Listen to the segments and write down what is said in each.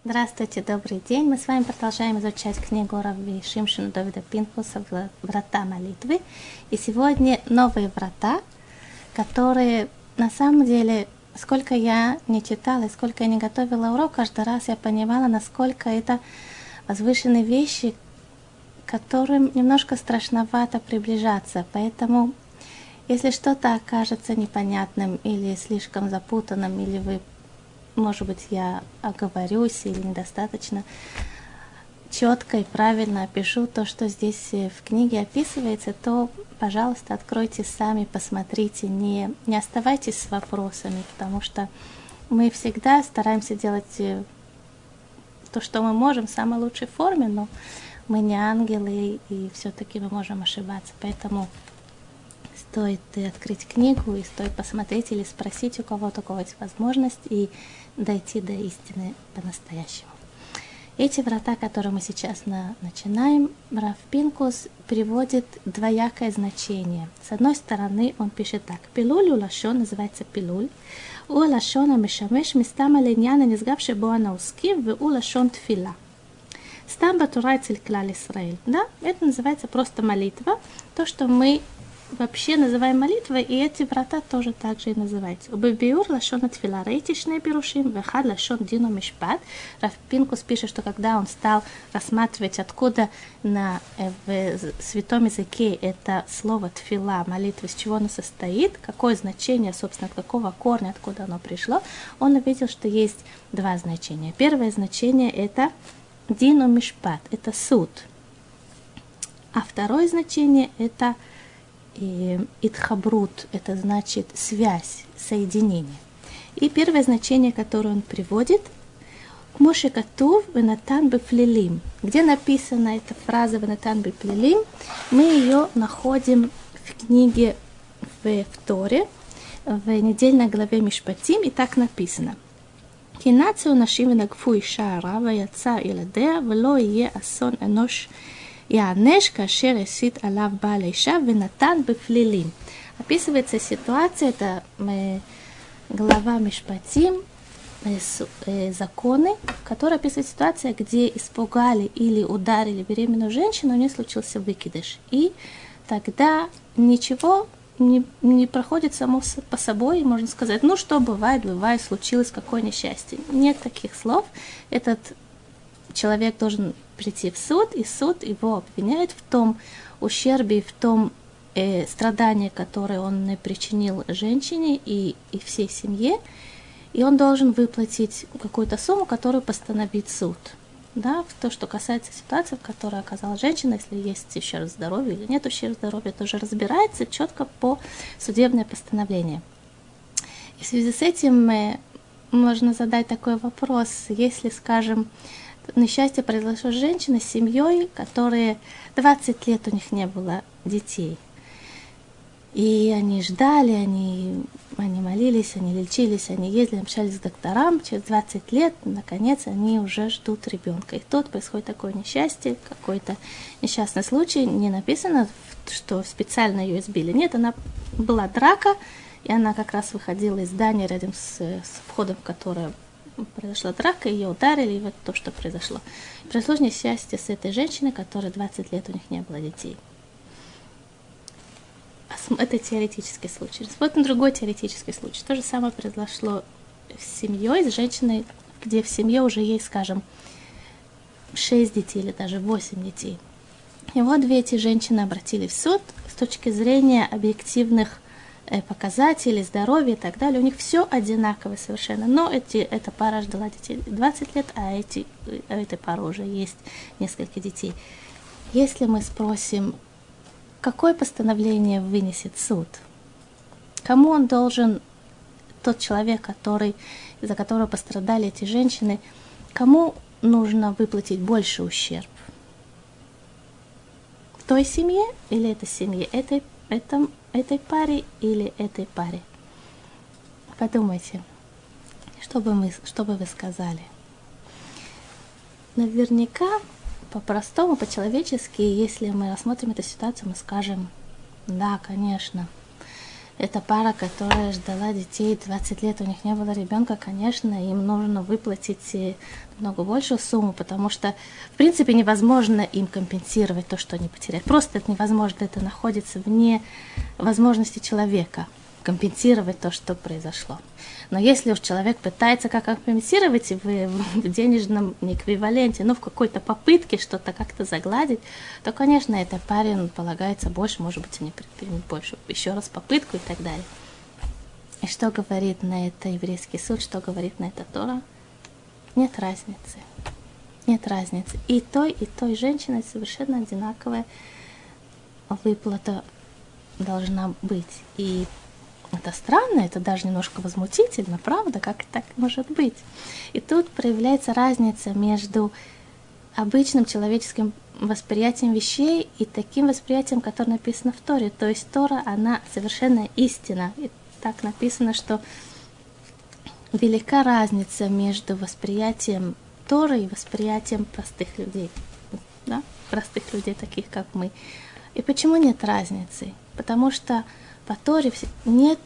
Здравствуйте, добрый день. Мы с вами продолжаем изучать книгу Равви Шимшона Довида Пинкуса «Врата молитвы». И сегодня новые врата, которые на самом деле, сколько я не читала и сколько я не готовила урок, каждый раз я понимала, насколько это возвышенные вещи, к которым немножко страшновато приближаться. Поэтому, если что-то окажется непонятным или слишком запутанным, или вы, может быть, я оговорюсь или недостаточно четко и правильно опишу то, что здесь в книге описывается, то, пожалуйста, откройте сами, посмотрите, не оставайтесь с вопросами, потому что мы всегда стараемся делать то, что мы можем в самой лучшей форме, но мы не ангелы, и все-таки мы можем ошибаться. Поэтому стоит открыть книгу и стоит посмотреть или спросить у кого-то, у кого есть возможность, и дойти до истины по-настоящему. Эти врата, которые мы сейчас начинаем, Рав Пинкус приводит двоякое значение. С одной стороны, он пишет так. Пилуль у лашон называется пилуль. У лашон амешамеш мистам аленьян анизгав шебо анаускив в у лашон тфила. Стам батура цель клаль Исраэль. Да, это называется просто молитва. То, что мы вообще называем молитвой, и эти врата тоже так же и называются. Убебиур лашон атфила рейтишне пирушим, вехад лашон дину мишпат. Рав Пинкус пишет, что когда он стал рассматривать, откуда в святом языке это слово тфила, молитва, из чего оно состоит, какое значение, собственно, от какого корня, откуда оно пришло, он увидел, что есть два значения. Первое значение это дину мишпат, это суд. А второе значение это итхабрут, это значит связь, соединение. И первое значение, которое он приводит, Моше Катув венатан бефлилим. Где написана эта фраза венатан бефлилим, мы ее находим в книге в Торе, в недельной главе Мишпатим, и так написано. Кинацию нашим венагфу иша арава яца иладея вело ие асон энош Янеш кашер эсит алав бааль иша венатан бефлилим. Описывается ситуация, это глава Мишпатим, законы, которая описывает ситуацию, где испугали или ударили беременную женщину, у нее случился выкидыш. И тогда ничего не проходит само по собой, можно сказать, ну что бывает, случилось какое несчастье. Нет таких слов. Этот человек должен прийти в суд, и суд его обвиняет в том ущербе, в том страдании, которое он причинил женщине и всей семье, и он должен выплатить какую-то сумму, которую постановит суд. Да, в то, что касается ситуации, в которой оказалась женщина, если есть ущерб здоровью или нет ущерба здоровья, это уже разбирается четко по судебное постановление. И в связи с этим можно задать такой вопрос, если, скажем, несчастье произошло с женщиной, с семьей, которые 20 лет у них не было детей. И они ждали, они молились, они лечились, они ездили, общались с доктором. Через 20 лет, наконец, они уже ждут ребенка. И тут происходит такое несчастье, какой-то несчастный случай. Не написано, что специально ее избили. Нет, она была драка, и она как раз выходила из здания рядом с входом, в которое произошла драка, ее ударили, и вот то, что произошло. Произошло несчастье с этой женщиной, которой 20 лет у них не было детей. Это теоретический случай. Рассмотрим другой теоретический случай. То же самое произошло с семьей, с женщиной, где в семье уже есть, скажем, 6 детей или даже 8 детей. И вот две эти женщины обратились в суд с точки зрения объективных показатели, здоровья и так далее, у них все одинаково совершенно. Но эта пара ждала детей 20 лет, а этой пары уже есть несколько детей. Если мы спросим, какое постановление вынесет суд? Кому он должен, тот человек, из-за которого пострадали эти женщины, кому нужно выплатить больше ущерб? Той семье или этой семье? Этой паре или этой паре? Подумайте, что бы вы сказали? Наверняка, по-простому, по-человечески, если мы рассмотрим эту ситуацию, мы скажем, да, конечно, Это пара, которая ждала детей 20 лет, у них не было ребенка, конечно, им нужно выплатить намного большую сумму, потому что, в принципе, невозможно им компенсировать то, что они потеряли. Просто это невозможно, это находится вне возможности человека компенсировать то, что произошло. Но если уж человек пытается как-то компенсировать в денежном эквиваленте, в какой-то попытке что-то как-то загладить, то, конечно, этой паре полагается больше, может быть, они предпримут больше, еще раз попытку и так далее. И что говорит на это еврейский суд, что говорит на это Тора? Нет разницы. Нет разницы. И той женщине совершенно одинаковая выплата должна быть. И это странно, это даже немножко возмутительно, правда, как так может быть? И тут проявляется разница между обычным человеческим восприятием вещей и таким восприятием, которое написано в Торе. То есть Тора, она совершенно истина. И так написано, что велика разница между восприятием Торы и восприятием простых людей. Да? Простых людей, таких как мы. И почему нет разницы? Потому что по Торе нет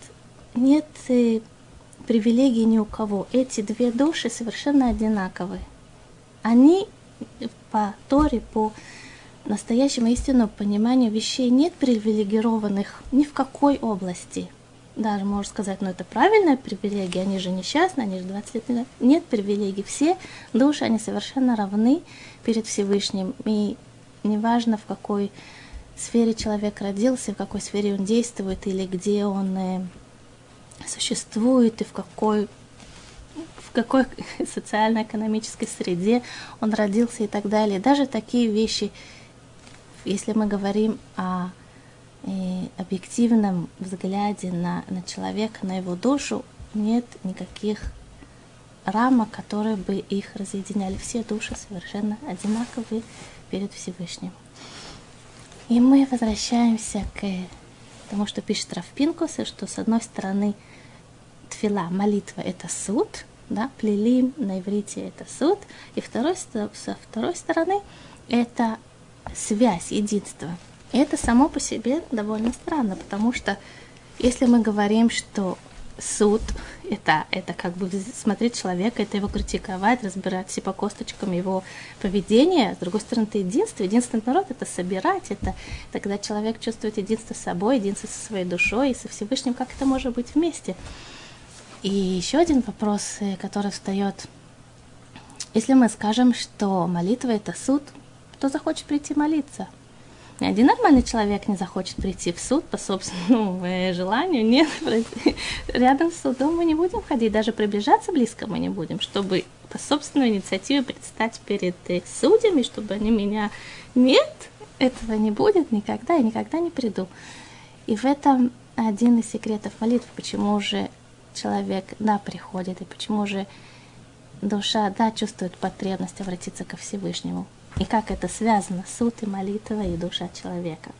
привилегий ни у кого. Эти две души совершенно одинаковые. Они по Торе, по настоящему истинному пониманию вещей нет привилегированных ни в какой области. Даже можно сказать, это правильная привилегия, они же несчастны, они же 20 лет. Нет привилегий. Все души, они совершенно равны перед Всевышним. И неважно, в какой сфере человек родился, в какой сфере он действует, или где он существует, и в какой социально-экономической среде он родился и так далее. Даже такие вещи, если мы говорим о объективном взгляде на человека, на его душу, нет никаких рамок, которые бы их разъединяли. Все души совершенно одинаковые перед Всевышним. И мы возвращаемся к тому, что пишет Рав Пинкус, что с одной стороны тфила, молитва, это суд, да, плелим на иврите это суд, и со второй стороны это связь, единство. И это само по себе довольно странно, потому что если мы говорим, что суд это как бы смотреть человека, это его критиковать, разбирать все по косточкам его поведения. С другой стороны, это единство. Единственный народ это собирать, это когда человек чувствует единство с собой, единство со своей душой и со Всевышним, как это может быть вместе. И еще один вопрос, который встает. Если мы скажем, что молитва это суд, кто захочет прийти молиться? Ни один нормальный человек не захочет прийти в суд по собственному желанию. Нет, рядом с судом мы не будем ходить, даже приближаться близко мы не будем, чтобы по собственной инициативе предстать перед судьями, чтобы они меня... Нет, этого не будет никогда, я никогда не приду. И в этом один из секретов молитвы, почему же человек, приходит, и почему же душа, чувствует потребность обратиться ко Всевышнему. И как это связано, суд и молитва и душа человека.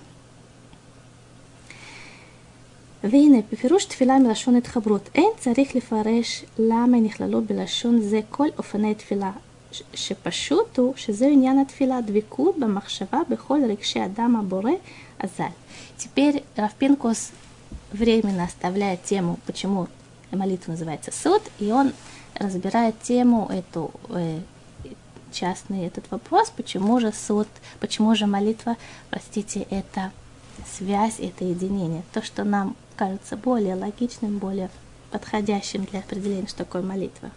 והנה, בפירוש תפילה מלשון התחברות, אין צריך לפרש למה נכללו בלשון זה כל אופני תפילה, שפשוט הוא שזה עניין התפילה, דבקות במחשבה בכל רגשי אדם הבורא הזל. Теперь Рав Пинкус временно оставляет тему, почему молитва называется суд, и он разбирает тему эту, частный этот вопрос, почему же суд, почему же молитва, это связь, это единение. То, что нам кажется более логичным, более подходящим для определения, что такое молитва.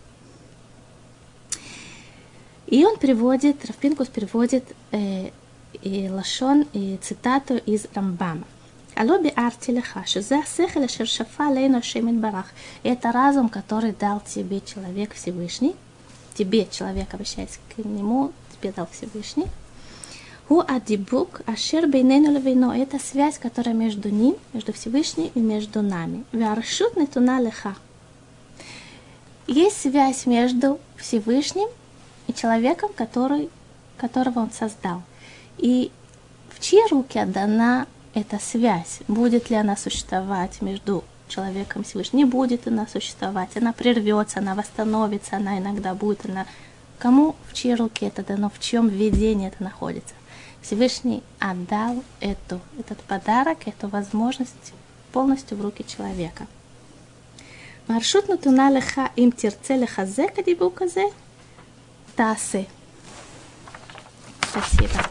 И он приводит, Рав Пинкус приводит лашон и цитату из Рамбама. «Алло биарти леха, שזה השכל אשר שפע עלינו השם יתברך». Это разум, который дал тебе человек Всевышний. Тебе, человек, обращаясь к нему, тебе дал Всевышний. «Ху адибук ашер бейнейну левейно». Это связь, которая между ним, между Всевышним и между нами. «Веаршут нетуна леха». Есть связь между Всевышним и человеком, которого он создал. И в чьи руки отдана эта связь? Будет ли она существовать между человеком и Всевышним? Не будет она существовать, она прервется, она восстановится, она иногда будет, кому, в чьи руки это дано, в чьем видении это находится? Всевышний отдал этот подарок, эту возможность полностью в руки человека. Маршрут натуна леха им тирце лехазе кадибуказе тасе. Спасибо.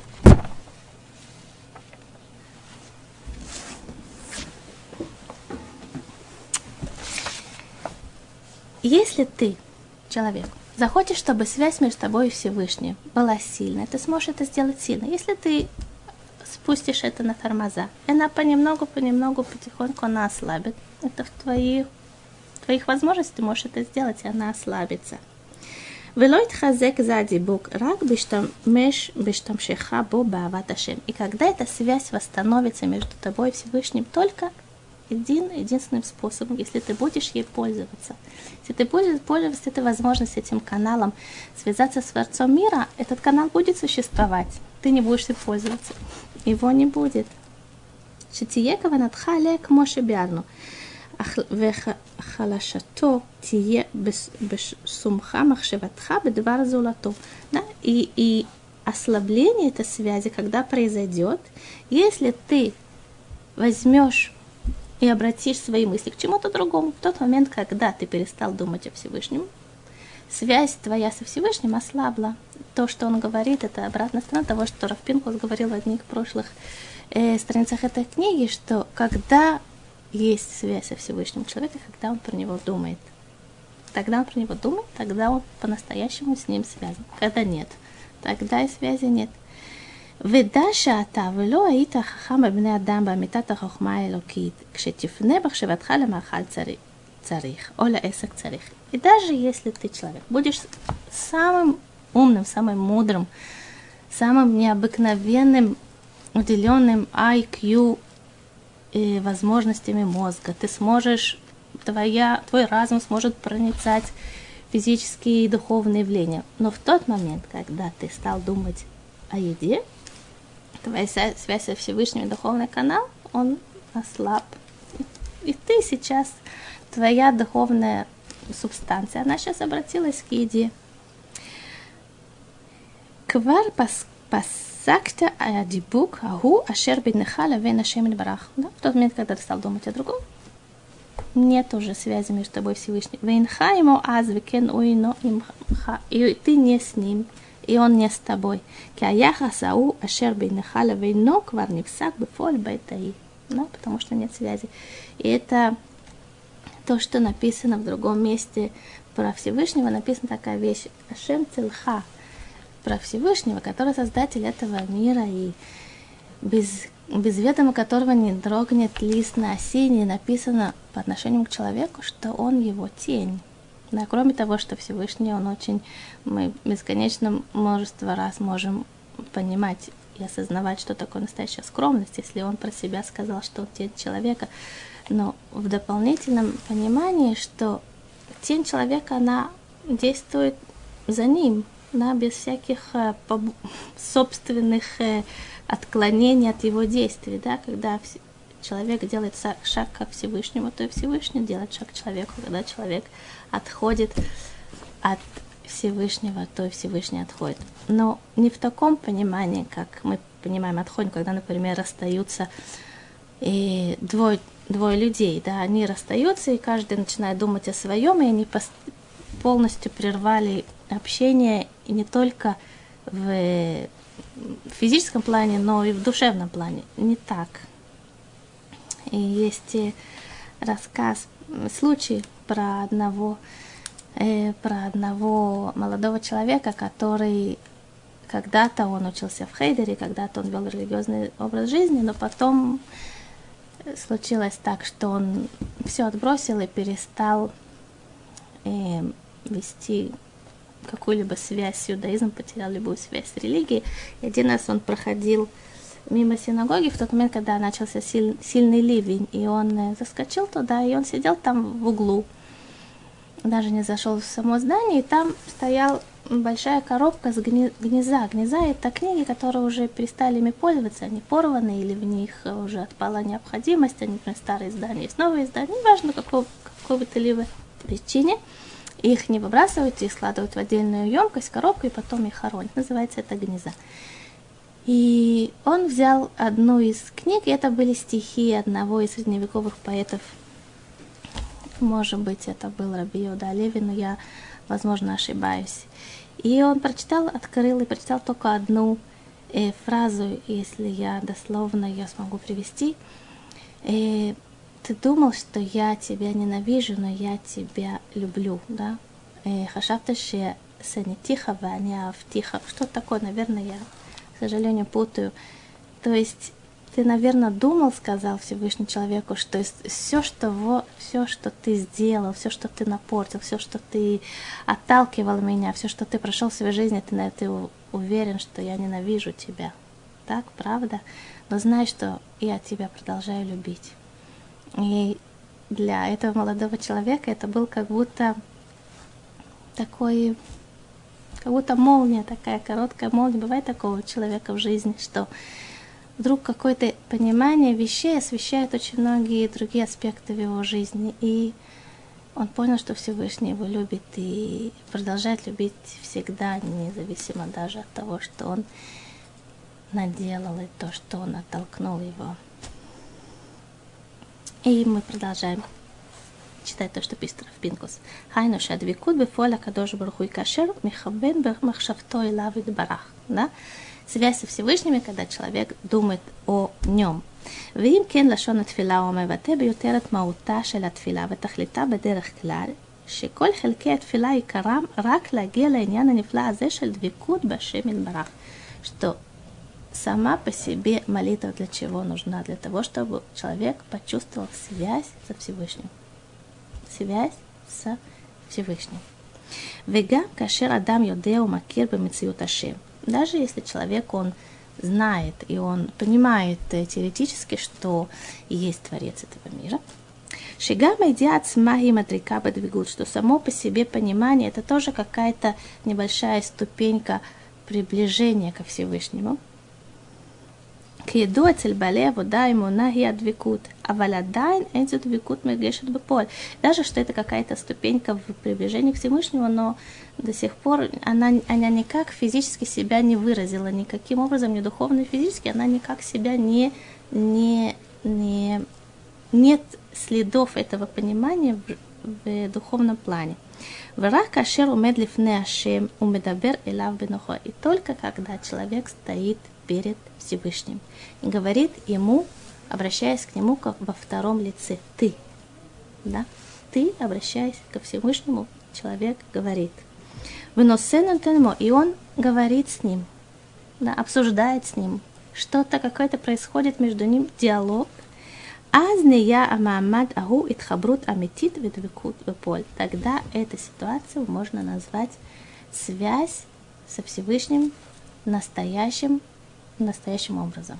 Если ты, человек, захочешь, чтобы связь между тобой и Всевышним была сильной, ты сможешь это сделать сильно. Если ты спустишь это на тормоза, она понемногу, потихоньку она ослабит. Это в твоих возможностях ты можешь это сделать, и она ослабится. И когда эта связь восстановится между тобой и Всевышним только единственным способом, если ты будешь ей пользоваться. Если ты будешь пользоваться этой возможностью, этим каналом, связаться с Творцом мира, этот канал будет существовать. Ты не будешь им пользоваться. Его не будет. שתהיה כוונתך עליה כמו שביארנו, וחלשתו תהיה בסומך מחשבתך בדבר זולתו. И ослабление этой связи, когда произойдет, если ты возьмешь и обратишь свои мысли к чему-то другому, в тот момент, когда ты перестал думать о Всевышнем, связь твоя со Всевышним ослабла. То, что он говорит, это обратная сторона того, что Рав Пинхас говорил в одних прошлых страницах этой книги, что когда есть связь со Всевышним человека, когда он про него думает. Тогда он про него думает, тогда он по-настоящему с ним связан. Когда нет, тогда и связи нет. ודע שאתה ולא היית חכם בבני אדם באמיתת החוכמה האלוקית, כשתפנה מחשבתך למאכל צריך, או לעסק צריך. И даже если ты человек, будешь самым умным, самым мудрым, самым необыкновенным, уделенным IQ и возможностями мозга, ты сможешь, твой разум сможет проницать физические и духовные явления. Но в тот момент, когда ты стал думать о еде, твоя связь со Всевышним, духовный канал, он ослаб. И ты сейчас, твоя духовная субстанция, она сейчас обратилась к еде. Квар пасакта адибук агу ашер бинеха лавен ашем илбарах. В тот момент, когда ты стал думать о другом, нет уже связи между тобой и Всевышним. Вейнха ему аз векен уино имха. И ты не с ним, и он не с тобой. Потому что нет связи. И это то, что написано в другом месте про Всевышнего, написана такая вещь. Ашем Цилха. Про Всевышнего, который создатель этого мира, и без ведома которого не дрогнет лист на осине, написано по отношению к человеку, что он его тень. Да, кроме того, что Всевышний, он очень, мы бесконечно множество раз можем понимать и осознавать, что такое настоящая скромность, если он про себя сказал, что он тень человека. Но в дополнительном понимании, что тень человека, она действует за ним, да, без всяких собственных отклонений от его действий. Да, когда человек делает шаг ко Всевышнему, то и Всевышний делает шаг к человеку. Когда человек отходит от Всевышнего, то и Всевышний отходит. Но не в таком понимании, как мы понимаем, отходим, когда, например, расстаются двое людей, да, они расстаются, и каждый начинает думать о своем, и они полностью прервали общение, и не только в физическом плане, но и в душевном плане. Не так. И есть рассказ, случай про одного молодого человека, который когда-то он учился в хейдере, когда-то он вел религиозный образ жизни, но потом случилось так, что он все отбросил и перестал вести какую-либо связь с иудаизмом, потерял любую связь с религией. И один раз он проходил мимо синагоги в тот момент, когда начался сильный ливень, и он заскочил туда, и он сидел там в углу, даже не зашел в само здание, и там стояла большая коробка с гнеза. Гнеза — это книги, которые уже перестали ими пользоваться, они порваны, или в них уже отпала необходимость, они, например, старые издания, есть новые издания, неважно, какой бы то либо причине, их не выбрасывают, их складывают в отдельную емкость, коробку, и потом их хоронят. Называется это гнеза. И он взял одну из книг, и это были стихи одного из средневековых поэтов. Может быть, это был Раби Йеhuda Алеви, но я, возможно, ошибаюсь. И он прочитал, открыл и прочитал только одну фразу, если я дословно ее смогу привести. Ты думал, что я тебя ненавижу, но я тебя люблю, да? Хашавта ше санитиха ваня автиха. Что такое, наверное, я, к сожалению, путаю. То есть ты, наверное, думал, сказал Всевышний человеку, что все, что ты сделал, все, что ты напортил, все, что ты отталкивал меня, все, что ты прошел в своей жизни, ты уверен, что я ненавижу тебя. Так, правда? Но знай, что я тебя продолжаю любить. И для этого молодого человека это был как будто молния, такая короткая молния. Бывает такого у человека в жизни, что вдруг какое-то понимание вещей освещает очень многие другие аспекты в его жизни. И он понял, что Всевышний его любит и продолжает любить всегда, независимо даже от того, что он наделал и то, что он оттолкнул его. И мы продолжаем читать то, что пишет Рав Пинкус. Хайну шадвикут бефоля кадош баруху и кашер михабен махшавто и лавит барах. Да? Связь со Всевышним, когда человек думает о нем. ואם כן לשון התפילה הוא מבטא ביותר את מהותה של התפילה ותכליתה בדרך כלל, שכל חלקי התפילה עיקרם רק להגיע לעניין הנפלא הזה של דבקות בהשם יתברך. Что сама по себе молитва для чего нужна? Для того, чтобы человек почувствовал связь со Всевышним. Связь со Всевышним. וגם כאשר אדם יודע ומכיר במציאות השם. Даже если человек, он знает и он понимает теоретически, что есть Творец этого мира, שגם הידיעה עצמה היא מדריקה בדבקות, что само по себе понимание это тоже какая-то небольшая ступенька приближения ко Всевышнему. כידוע אצל בעלי עבודה האמונה היא הדבקות, אבל עדיין אין זו דבקות מרגשת בפועל. Даже что это какая-то ступенька в приближении к Всевышнему, но до сих пор она никак физически себя не выразила, никаким образом, ни духовно, ни физически, она никак себя нет следов этого понимания в духовном плане. ורק כאשר עומד לפני השם ומדבר אליו בנוחו. И только когда человек стоит перед Всевышним и говорит ему, обращаясь к нему как во втором лице, ты. Да? Ты, обращаясь ко Всевышнему, человек говорит. И он говорит с ним, да, обсуждает с ним. Что-то какое-то происходит между ним, диалог. Тогда эту ситуацию можно назвать связь со Всевышним настоящим образом.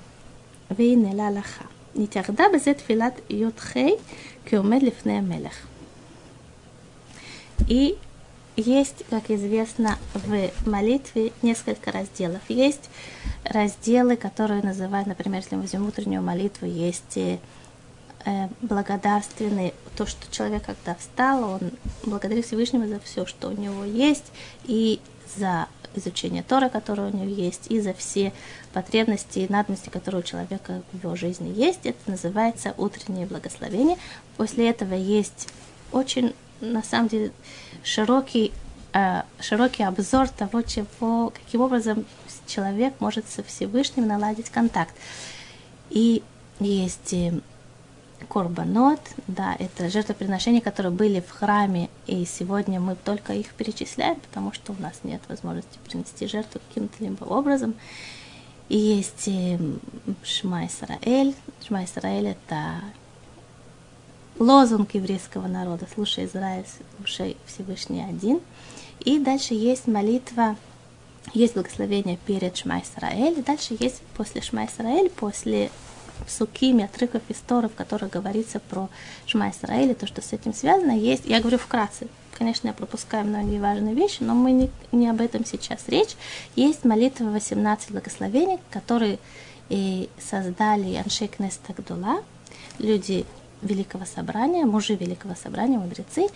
И есть, как известно, в молитве несколько разделов. Есть разделы, которые называют, например, если мы возьмем утреннюю молитву, есть благодарственный, то, что человек, когда встал, он благодарит Всевышнему за все, что у него есть, и за изучение Торы, которое у него есть, и за все потребности и надобности, которые у человека в его жизни есть. Это называется утреннее благословение. После этого есть очень, на самом деле, широкий обзор того, каким образом человек может со Всевышним наладить контакт. И есть корбанот, да, это жертвоприношения, которые были в храме, и сегодня мы только их перечисляем, потому что у нас нет возможности принести жертву каким-то либо образом. И есть Шма Исраэль. Шма Исраэль — это лозунг еврейского народа: слушай, Израиль, слушай, Всевышний один. И дальше есть молитва, есть благословение перед Шма Исраэль, и дальше есть после Шма Исраэль, после псукими, отрывков из Торы, в которых говорится про Шма Исраэль, то, что с этим связано, есть, я говорю вкратце, конечно, я пропускаю многие важные вещи, но мы не об этом сейчас речь. Есть молитва 18 благословений, которые создали Аншей Кнесет Гдула, люди Великого Собрания, мужи Великого Собрания, мудрецы,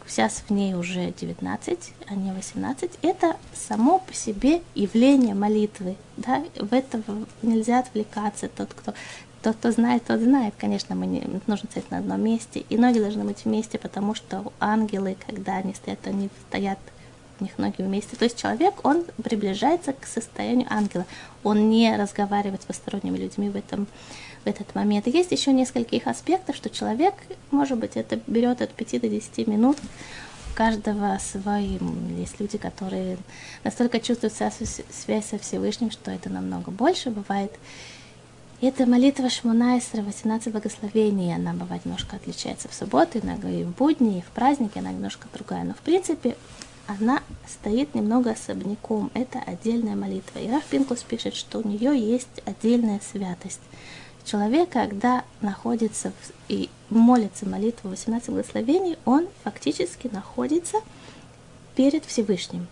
сейчас в ней уже 19, а не 18, это само по себе явление молитвы. Да? В это нельзя отвлекаться. Тот, кто знает, тот знает. Конечно, нужно стоять на одном месте, и ноги должны быть вместе, потому что ангелы, когда они стоят, у них ноги вместе. То есть человек, он приближается к состоянию ангела. Он не разговаривает с посторонними людьми в этот момент. И есть еще несколько их аспектов, что человек, может быть, это берет от 5 до 10 минут. У каждого своим. Есть люди, которые настолько чувствуют связь со Всевышним, что это намного больше бывает. И это молитва Шмона Эсре, 18 благословений. Она бывает немножко отличается в субботу, иногда и в будни, и в праздники, она немножко другая. Но в принципе она стоит немного особняком. Это отдельная молитва. И Рав Пинкус пишет, что у нее есть отдельная святость. Человек, когда находится и молится молитву 18 благословений, он фактически находится перед Всевышним.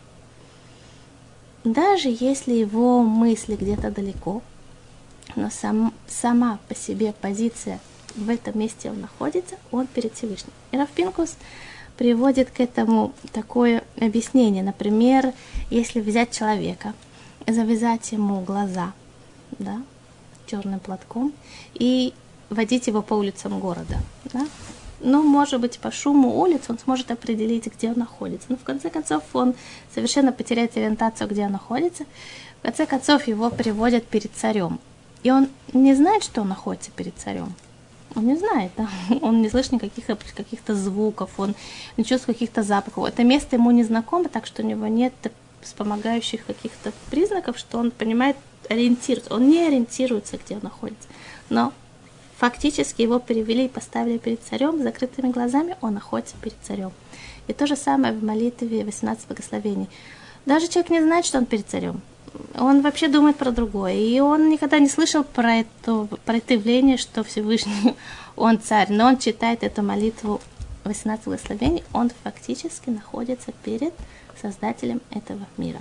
Даже если его мысли где-то далеко, но сама по себе позиция в этом месте он находится, он перед Всевышним. И Рав Пинкус приводит к этому такое объяснение. Например, если взять человека, завязать ему глаза, да, черным платком и водить его по улицам города. Да? Ну, может быть, по шуму улиц он сможет определить, где он находится. Но в конце концов он совершенно потеряет ориентацию, где он находится. В конце концов его приводят перед царем. И он не знает, что он находится перед царем. Он не знает, да? Он не слышит никаких каких-то звуков, он не чувствует каких-то запахов. Это место ему не знакомо, так что у него нет вспомогающих каких-то признаков, что он понимает, ориентируется. Он не ориентируется, где он находится. Но фактически его перевели и поставили перед царем, с закрытыми глазами он находится перед царем. И то же самое в молитве 18 благословений. Даже человек не знает, что он перед царем. Он вообще думает про другое. И он никогда не слышал про это явление, что Всевышний, он царь. Но он читает эту молитву 18 благословений, он фактически находится перед Создателем этого мира.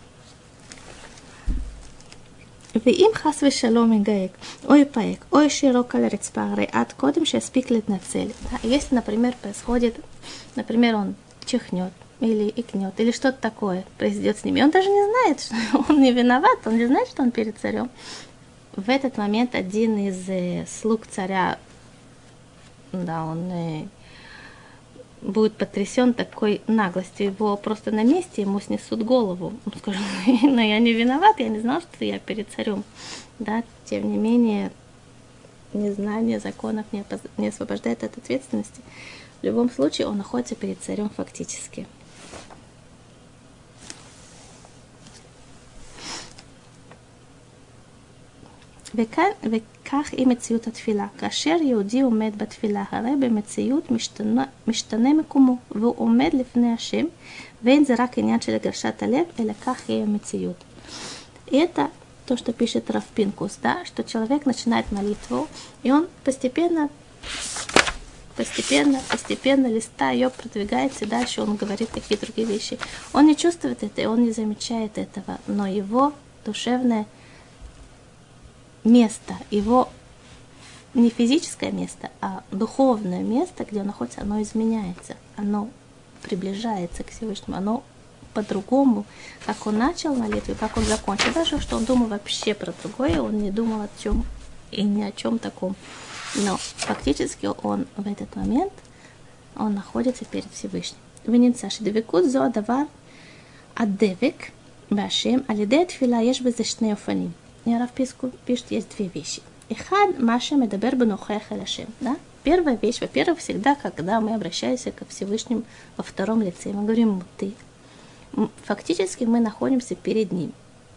ואם חס ושלום יגייק, או יפהק, או ישירוק על הרצפה, הרי עד קודם שיספיק להתנצל. Если, например, происходит, например, он чихнет, или икнет, или что-то такое произойдет с ним, и он даже не знает, что он не виноват, он не знает, что он перед царем. В этот момент один из слуг царя, да, он будет потрясен такой наглостью, его просто на месте, ему снесут голову. Он скажет, но я не виноват, я не знал, что я перед царем. Да, тем не менее, незнание законов не освобождает от ответственности. В любом случае, он находится перед царем фактически. וכך היא מציאות התפילה. כאשר יהודי עומד בתפילה, הרי במציאות משתנה מקומו, והוא עומד לפני השם, ואין זה רק עניין של הגשת הלב, אלא כך היא המציאות. Это то, что пишет Рав Пинкус, да, что человек начинает молитву, и он постепенно, листа ее продвигается, дальше он говорит какие-то другие вещи. Он не чувствует это, и он не замечает этого, но его душевное место, его не физическое место, а духовное место, где он находится, оно изменяется, оно приближается к Всевышнему, оно по-другому, как он начал молитву, как он закончил. Даже что он думал вообще про другое, он не думал о чем и ни о чем таком. Но фактически он в этот момент, он находится перед Всевышним. ונמצא שדבקות זו הדבר הדבק בהשם, על ידי התפילה יש בזה שני אופנים. Рав Пинкус пишет, есть две вещи. Эхад маша медабер бенохех эль Ашем. Да? Первая вещь, во-первых, всегда, когда мы обращаемся ко Всевышнему во втором лице, мы говорим «ты». Фактически мы находимся перед ним.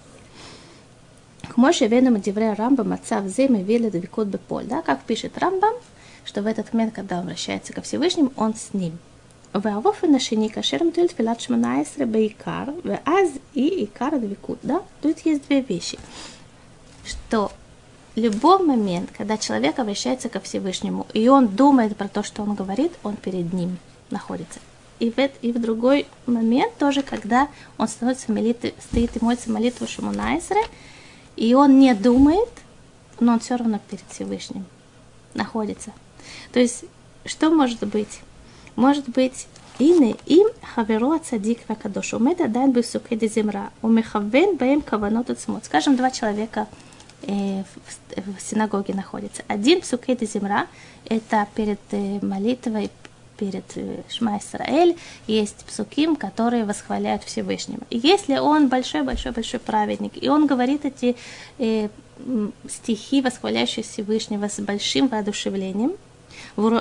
К Моше ведомо деврей Рамбам отца вземы вели двикот беполь. Да? Как пишет Рамбам, что в этот момент, когда он обращается ко Всевышнему, он с ним. והאופן השני, כאשר מתחיל תפילת 18 בעיקר, ואז היא עיקר הדבקות. Да? Тут есть две вещи. Что любой момент, когда человек обращается ко Всевышнему, и он думает про то, что он говорит, он перед ним находится. И в другой момент тоже, когда он стоит и молится молитву Шмона Эсре, и он не думает, но он все равно перед Всевышним находится. То есть, что может быть? Может быть, הנה, אם חברו הצדיק והקדוש עומד עדיין בפסוקי דזמרה, ומכוון בהם כוונות עצמות. Скажем, два человека в синагоге находятся. Один псукей дезимра, это перед молитвой, перед Шма Исраэль, есть псуким, которые восхваляют Всевышнего. И если он большой-большой-большой праведник, и он говорит эти стихи, восхваляющие Всевышнего, с большим воодушевлением, и он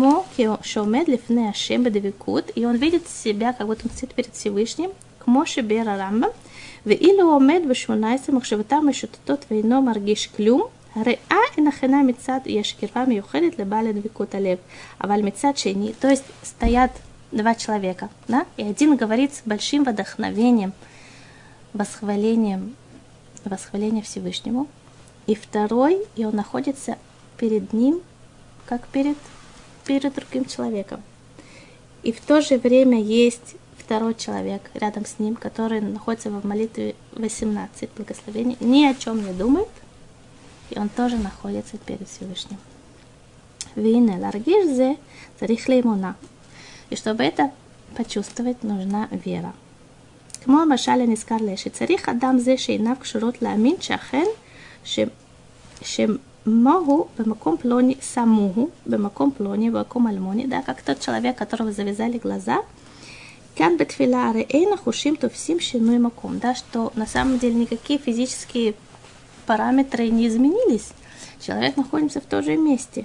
видит себя, как будто он стоит перед Всевышним, к Моше Бера Рамбам, ואילו הוא עומד ב-18 מחשבותיו משוטטות ואינו מרגיש כלום, הראיה אינה מצד יש קרבה מיוחדת לבעל דבקות הלב. אבל מצד שני, то есть стоят два человека, да? И один говорит с большим вдохновением, восхвалением Всевышнему, и второй, и он находится перед ним, как перед другим человеком. И в то же время есть второй человек рядом с ним, который находится в молитве 18 благословений, ни о чем не думает, и он тоже находится перед Всевышним. Вине ларгиш зе царих леймуна. И чтобы это почувствовать, нужна вера. כמו המשל הנזכר לעיל, צריך אדם זה שעיניו קשורות להאמין שאכן שמוהו במקום פלוני самуhu, במקום פלוני, במקום אלמוני, да, как тот человек, которого завязали глаза, כאן בתפילה הרי אין החושים תופסים שינוי מקום, да, что на самом деле никакие физические параметры не изменились, человек находится в том же месте.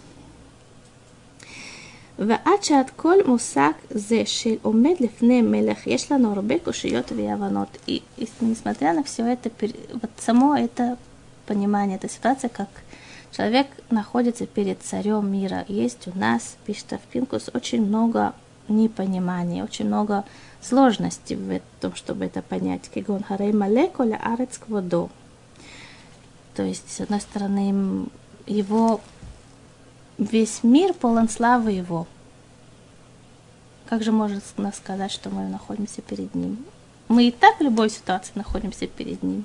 ועד שעד כל מושג זה של עומד לפני מלך, יש לנו הרבה קושיות והבנות. И несмотря на все это, вот само это понимание, эта ситуация, как человек находится перед царем мира, есть у нас, пишет Рав Пинкус, очень много непонимания, очень много сложностей в том, чтобы это понять. Кигон харей мале коля арец кводо. То есть, с одной стороны, его весь мир полон славы его. Как же можно нас сказать, что мы находимся перед ним? Мы и так в любой ситуации находимся перед ним.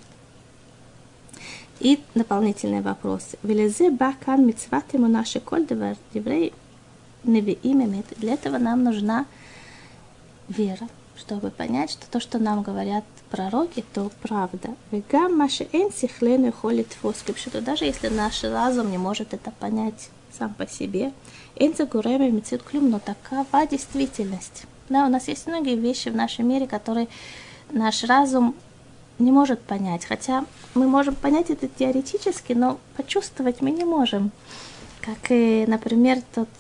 И дополнительные вопросы. Велезе бакан мицват ему наши коль деврей невиим эмет. Для этого нам нужна вера, чтобы понять, что то, что нам говорят пророки, то правда. Вегам маши эн сихлену холит фоскип, что даже если наш разум не может это понять сам по себе, эн загуреми мицит клюм, но такова действительность. Да, у нас есть многие вещи в нашем мире, которые наш разум не может понять. Хотя мы можем понять это теоретически, но почувствовать мы не можем. Как, например,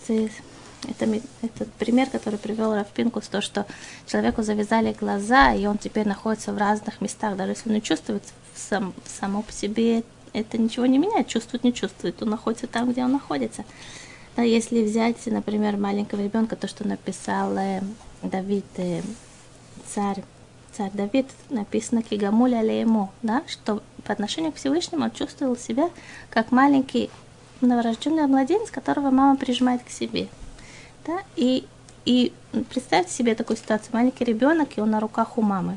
этот пример, который привел Рав Пинкус, то, что человеку завязали глаза, и он теперь находится в разных местах. Даже если он не чувствует само по себе, это ничего не меняет, чувствует, не чувствует. Он находится там, где он находится. Да, если взять, например, маленького ребенка, то, что написал Давид, царь Давид, написано «Кигамуля леймо», да, что по отношению к Всевышнему он чувствовал себя как маленький новорожденный младенец, которого мама прижимает к себе. Да? И представьте себе такую ситуацию. Маленький ребенок, и он на руках у мамы.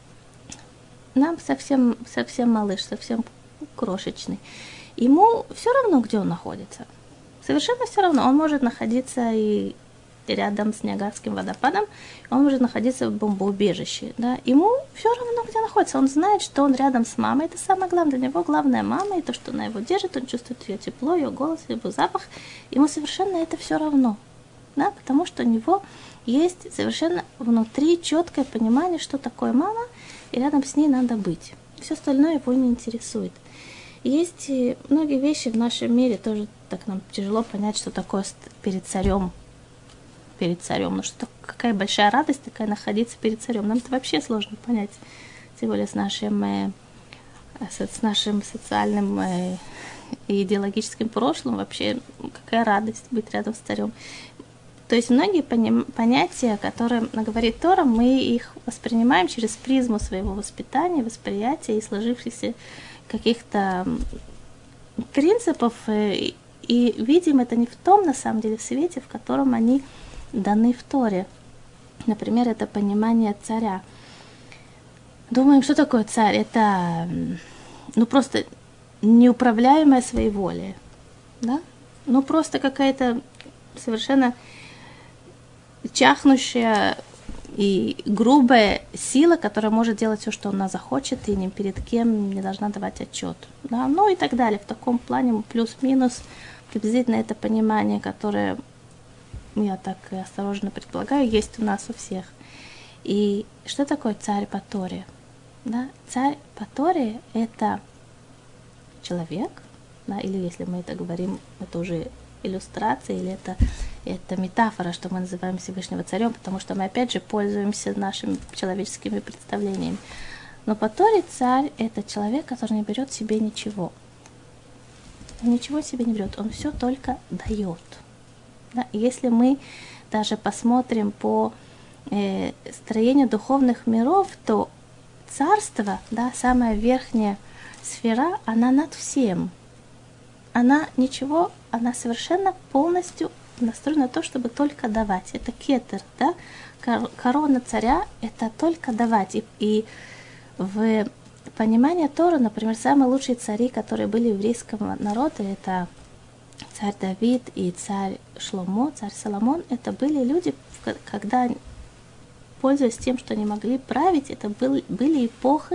Нам совсем малыш, совсем крошечный. Ему все равно, где он находится. Совершенно все равно. Он может находиться и рядом с Ниагарским водопадом, он может находиться в бомбоубежище. Да? Ему все равно, где находится. Он знает, что он рядом с мамой. Это самое главное. Для него главная мама, и то, что она его держит, он чувствует ее тепло, ее голос, ее запах. Ему совершенно это все равно. Да? Потому что у него есть совершенно внутри четкое понимание, что такое мама, и рядом с ней надо быть. Все остальное его не интересует. Есть многие вещи в нашем мире, тоже так нам тяжело понять, что такое перед царем. Ну что, какая большая радость такая находиться перед царем. Нам это вообще сложно понять. Тем более с нашим социальным и идеологическим прошлым. Вообще, какая радость быть рядом с царем. То есть многие понятия, которые говорит Тора, мы их воспринимаем через призму своего воспитания, восприятия и сложившихся каких-то принципов. И видим это не в том, на самом деле, в свете, в котором они даны в Торе. Например, это понимание царя. Думаем, что такое царь? Это просто неуправляемое своеволие. Да? Просто какая-то совершенно чахнущая и грубая сила, которая может делать все, что она захочет, и ни перед кем не должна давать отчет. Да? Ну и так далее. В таком плане плюс-минус приблизительно это понимание, которое, я так осторожно предполагаю, есть у нас у всех. И что такое царь по Торе? Да? Царь по Торе – это человек, да? Или если мы это говорим, это уже иллюстрация, или это метафора, что мы называем Всевышнего царем, потому что мы опять же пользуемся нашими человеческими представлениями. Но по Торе царь – это человек, который не берет себе ничего. Он ничего себе не берет, он все только дает. Да? Если мы даже посмотрим по строению духовных миров, то царство, да, самая верхняя сфера, она над всем. Она ничего, она совершенно полностью настроена на то, чтобы только давать. Это кетер, да? Корона царя – это только давать. И в понимании Торы, например, самые лучшие цари, которые были у еврейского народа, это царь Давид и царь Шломо, царь Соломон. Это были люди, когда, пользуясь тем, что они могли править, это были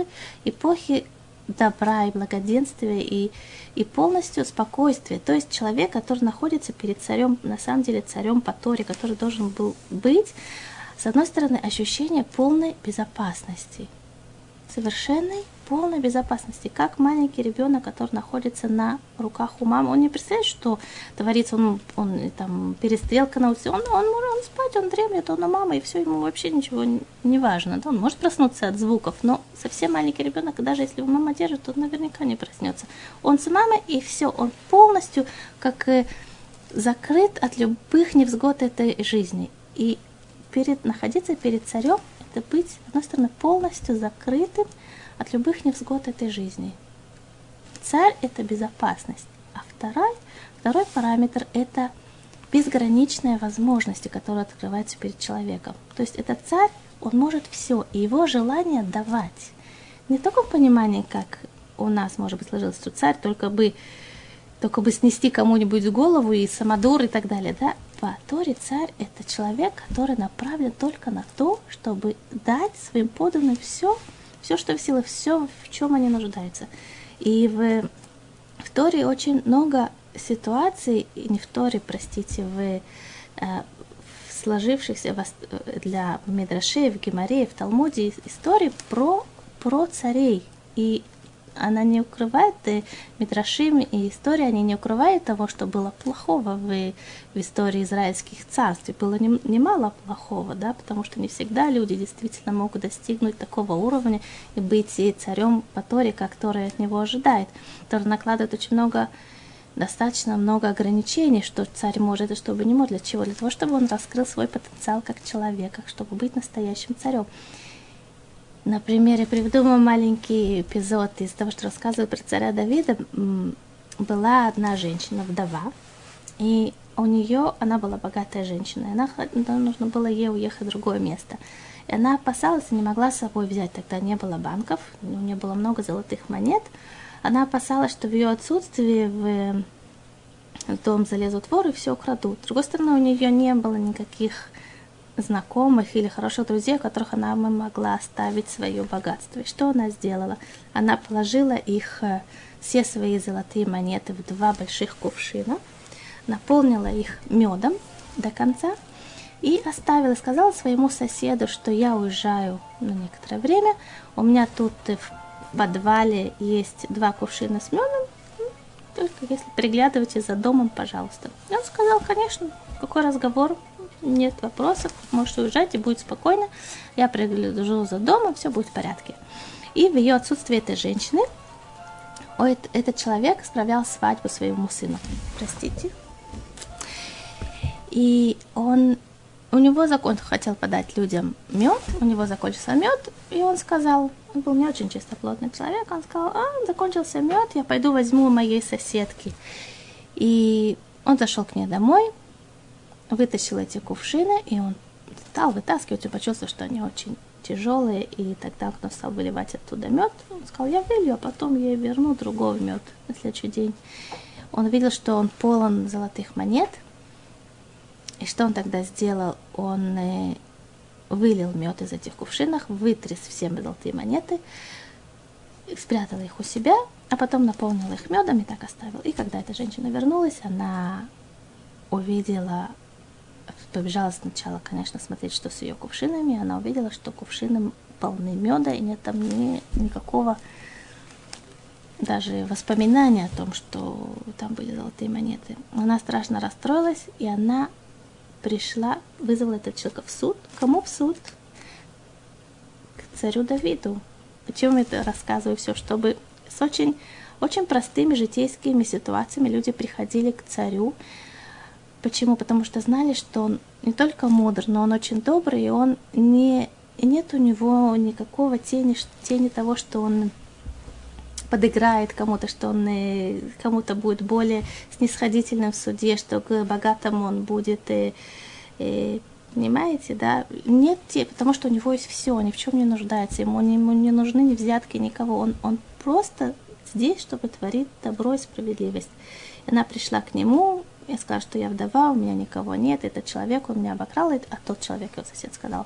эпохи добра и благоденствия и полностью спокойствия. То есть человек, который находится перед царем, на самом деле царем по Торе, который должен был быть, с одной стороны, ощущение полной безопасности, совершенной полной безопасности, как маленький ребенок, который находится на руках у мамы. Он не представляет, что творится, он там перестрелка на улице, он может спать, он дремлет, он у мамы, и все, ему вообще ничего не важно. Да? Он может проснуться от звуков, но совсем маленький ребенок, даже если его мама держит, он наверняка не проснется. Он с мамой, и все, он полностью как закрыт от любых невзгод этой жизни. И находиться перед царем, это быть, с одной стороны, полностью закрытым от любых невзгод этой жизни. Царь – это безопасность. А второй параметр – это безграничные возможности, которые открываются перед человеком. То есть этот царь, он может все, и его желание давать. Не в таком понимании, как у нас, может быть, сложилось, что царь только бы снести кому-нибудь в голову и самодур и так далее. Да? По Торе царь – это человек, который направлен только на то, чтобы дать своим подданным все, что в силах, все, в чем они нуждаются. И в Торе очень много ситуаций, не в Торе, простите, в сложившихся для Мидрашей, в Гемаре, в Талмуде истории про царей. И она не укрывает, Мидрашим и история, они не укрывают того, что было плохого в истории израильских царств. И было немало плохого, да, потому что не всегда люди действительно могут достигнуть такого уровня и быть и царем по Торе, как Тора от него ожидает. Тора накладывает достаточно много ограничений, что царь может и что бы не мог. Для чего? Для того, чтобы он раскрыл свой потенциал как человека, чтобы быть настоящим царем. Например, я приведу вам маленький эпизод из того, что рассказывают про царя Давида. Была одна женщина, вдова, и она была богатая женщина, и нужно было ей уехать в другое место. И она опасалась и не могла с собой взять, тогда не было банков, у нее было много золотых монет. Она опасалась, что в ее отсутствии в дом залезут воры и все украдут. С другой стороны, у нее не было никаких знакомых или хороших друзей, у которых она могла оставить свое богатство. И что она сделала? Она положила все свои золотые монеты в 2 больших кувшина, наполнила их медом до конца и оставила, сказала своему соседу, что я уезжаю на некоторое время, у меня тут в подвале есть 2 кувшина с медом, только если приглядывайте за домом, пожалуйста. И он сказал, конечно, какой разговор, нет вопросов, можете уезжать и будет спокойно, я пригляжу за домом, все будет в порядке. И в ее отсутствие этой женщины этот человек справлял свадьбу своему сыну. Простите. И он хотел подать людям мед, у него закончился мед, и он сказал, он был не очень чистоплотный человек, он сказал, закончился мед, я пойду возьму у моей соседки. И он зашел к ней домой, вытащил эти кувшины, и он стал вытаскивать, и почувствовал, что они очень тяжелые, и тогда он стал выливать оттуда мед. Он сказал, я вылью, а потом я верну другой мед на следующий день. Он видел, что он полон золотых монет, И что он тогда сделал? Он вылил мед из этих кувшинов, вытряс все золотые монеты, спрятал их у себя, а потом наполнил их медом и так оставил. И когда эта женщина вернулась, она увидела, побежала сначала, конечно, смотреть, что с ее кувшинами, она увидела, что кувшины полны меда, и нет там никакого даже воспоминания о том, что там были золотые монеты. Она страшно расстроилась, и она пришла, вызвала этого человека в суд. Кому в суд? К царю Давиду. Почему я это рассказываю все? Чтобы с очень, очень простыми житейскими ситуациями люди приходили к царю. Почему? Потому что знали, что он не только мудр, но он очень добрый, и нет у него никакого тени того, что он подыграет кому-то, что он кому-то будет более снисходительным в суде, что к богатому он будет, понимаете, да? Нет, потому что у него есть все, ни в чем не нуждается, ему не нужны ни взятки, никого. Он просто здесь, чтобы творить добро и справедливость. И она пришла к нему, я сказала, что я вдова, у меня никого нет, этот человек, он меня обокрал, а тот человек, его сосед сказал,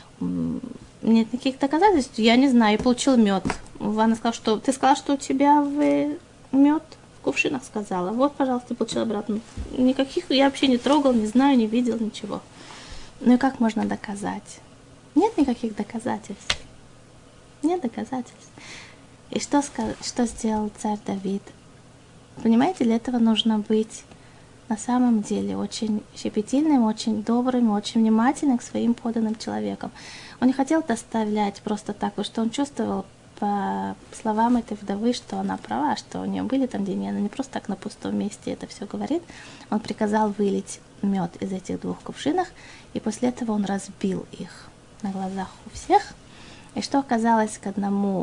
нет никаких доказательств, я не знаю, я получил мед. Она сказала, что ты сказала, что у тебя мед в кувшинах, сказала. Вот, пожалуйста, получила обратно. Никаких я вообще не трогал, не знаю, не видел, ничего. Ну и как можно доказать? Нет никаких доказательств. Нет доказательств. И что сделал царь Давид? Понимаете, для этого нужно быть на самом деле очень щепетильным, очень добрым, очень внимательным к своим подданным человекам. Он не хотел доставлять просто так, потому что он чувствовал по словам этой вдовы, что она права, что у нее были там деньги, она не просто так на пустом месте это все говорит. Он приказал вылить мед из этих 2 кувшинов, и после этого он разбил их на глазах у всех. И что оказалось к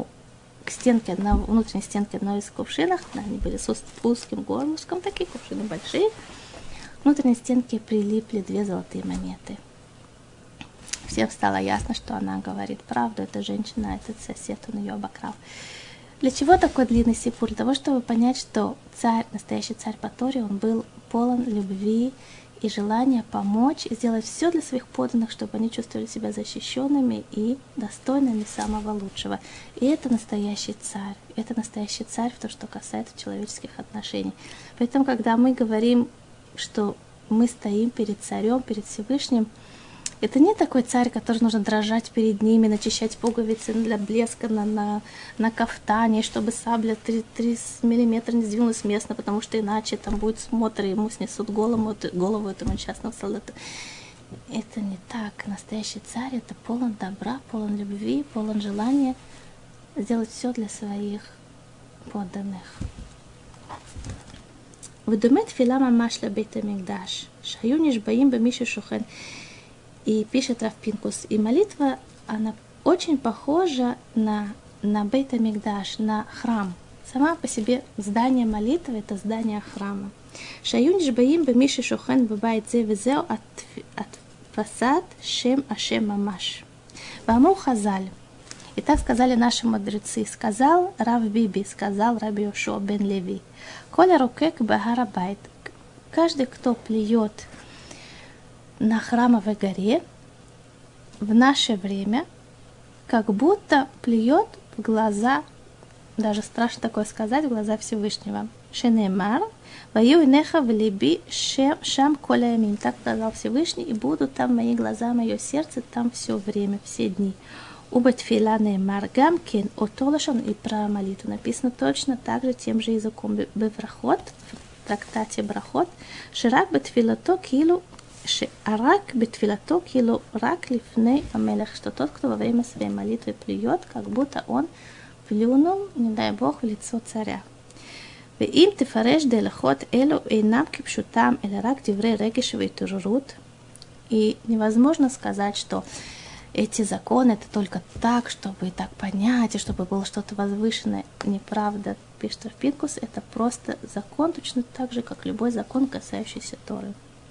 внутренней стенке одной из кувшинов, они были с узким горлышком, такие кувшины большие, к внутренней стенке прилипли 2 золотые монеты. Всем стало ясно, что она говорит правду, эта женщина, этот сосед, он ее обокрал. Для чего такой длинный сипур? Для того, чтобы понять, что царь, настоящий царь по Торе, он был полон любви и желания помочь и сделать все для своих подданных, чтобы они чувствовали себя защищенными и достойными самого лучшего. И это настоящий царь. Это настоящий царь в том, что касается человеческих отношений. Поэтому, когда мы говорим, что мы стоим перед царем, перед Всевышним, это не такой царь, который нужно дрожать перед ними, начищать пуговицы для блеска на кафтане, чтобы сабля 3 миллиметра не сдвинулась с места, потому что иначе там будет смотр, и ему снесут голову этому несчастному солдату. Это не так. Настоящий царь — это полон добра, полон любви, полон желания сделать все для своих подданных. ודומה תפילה ממש לבית המקדש, שהיו נשבעים במי ששוכן. И пишет Рав Пинкус, и молитва, она очень похожа на Бейт ха-Микдаш, на храм. Сама по себе здание молитвы — это здание храма. שהיו נשבעים במי ששוכן בבית זה וזהו התפסת שם השם ממש. ואמרו חז"ל, и так сказали наши мудрецы, сказал Рав Биби, сказал Раби Йошуа бен Леви, коля рукек бахар байт, каждый, кто плюет на храмовой горе в наше время, как будто плюет в глаза, даже страшно такое сказать, в глаза Всевышнего. Шенемар, ваю инеха в либи шам коля ямим, так сказал Всевышний, и будут там мои глаза, мое сердце, там все время, все дни. Убатфила неймар гамкен отолашон, и про молитву написано точно так же тем же языком беврахот, в трактате брахот, ширак бетфилато килу шарак бетфилато килу рак лифней амелех, что тот, кто во время своей молитвы плюет, как будто он плюнул, не дай Бог, в лицо царя. ואם תפרש דלחות אלו אינם כפשוטם, אלא רק דברי רגש והתעוררות. И невозможно сказать, что эти законы это только так, чтобы так понять, и чтобы было что-то возвышенное. Неправда, пишет Рав Пинкус, это просто закон, точно так же, как любой закон, касающийся Торы.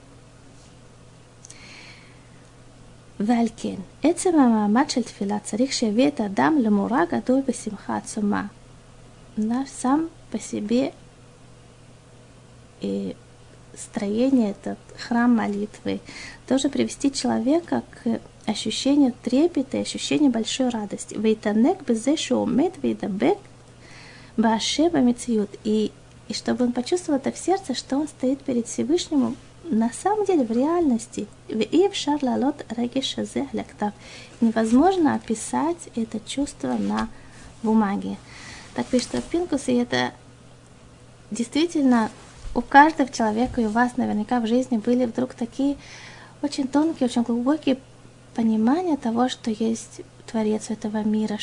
ועל כן, עצם המעמד של תפילה צריך שיביא את האדם למורא גדול בשמחה עצומה. Сам по себе строение, этот храм молитвы, должен привести человека к ощущению трепета и ощущению большой радости. Вейтанек безешу умет вейдабек баашеба мециют. И чтобы он почувствовал это в сердце, что он стоит перед Всевышним на самом деле в реальности. Невозможно описать это чувство на бумаге. Так пишет Рав Пинкус, и это действительно у каждого человека, и у вас наверняка в жизни были вдруг такие очень тонкие, очень глубокие понимания того, что есть Творец этого мира,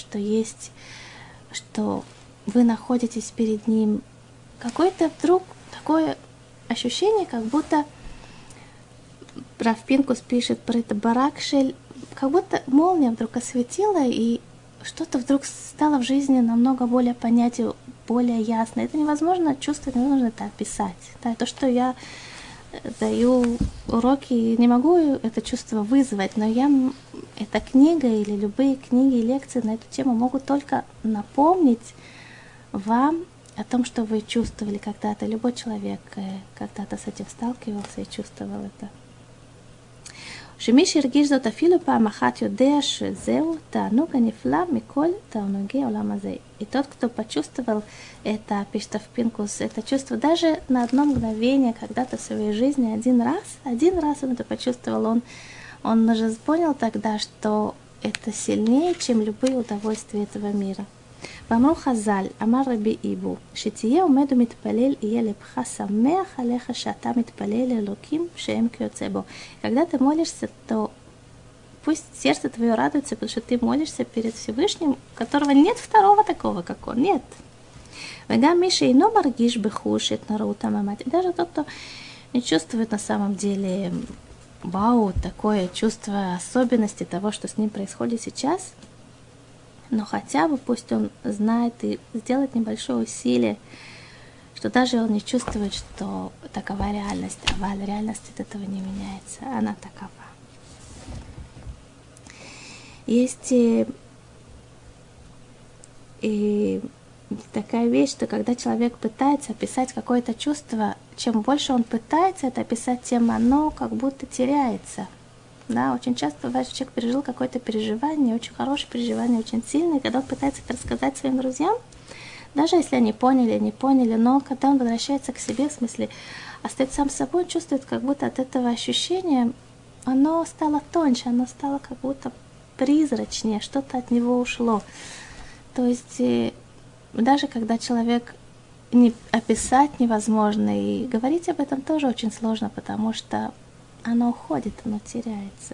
что вы находитесь перед Ним. Какое-то вдруг такое ощущение, как будто Рав Пинкус пишет про это баракшель, как будто молния вдруг осветила, и что-то вдруг стало в жизни намного более понятие, более ясно. Это невозможно чувствовать, невозможно это описать. Да, то, что я даю уроки, не могу это чувство вызвать, но эта книга или любые книги и лекции на эту тему могут только напомнить вам о том, что вы чувствовали когда-то. Любой человек когда-то с этим сталкивался и чувствовал это. שמי שהרגיש זאת אפילו פעם אחת יודע שזהו תענוג הנפלא מכל תענוגי העולם הזה. И тот, кто почувствовал это, пишет Рав Пинкус, это чувство даже на одно мгновение, когда-то в своей жизни, один раз он это почувствовал, он уже понял тогда, что это сильнее, чем любые удовольствия этого мира. ואמרו חז"ל, אמר רבי איבו, שתהיה עומד ומתפלל, יהיה לבך שמח עליך שאתה מתפלל לאלוקים שהם כיוצא בו. Когда ты молишься, то пусть сердце твое радуется, потому что ты молишься перед Всевышним, у которого нет второго такого, как он, нет. וגם מי שאינו מרגיש בחוש את נראות הממ"ד, даже тот, кто не чувствует на самом деле, вау, такое чувство особенности того, что с ним происходит сейчас, но хотя бы пусть он знает и сделает небольшое усилие, что даже он не чувствует, что такова реальность, а реальность от этого не меняется, она такова. Есть и такая вещь, что когда человек пытается описать какое-то чувство, чем больше он пытается это описать, тем оно как будто теряется. Да, очень часто бывает, что человек пережил какое-то переживание, очень хорошее переживание, очень сильное, и когда он пытается это рассказать своим друзьям, даже если они поняли, не поняли, но когда он возвращается к себе, в смысле, остается сам собой, он чувствует, как будто от этого ощущения оно стало тоньше, оно стало как будто призрачнее, что-то от него ушло. То есть даже когда человек описать невозможно, и говорить об этом тоже очень сложно, потому что оно уходит, оно теряется.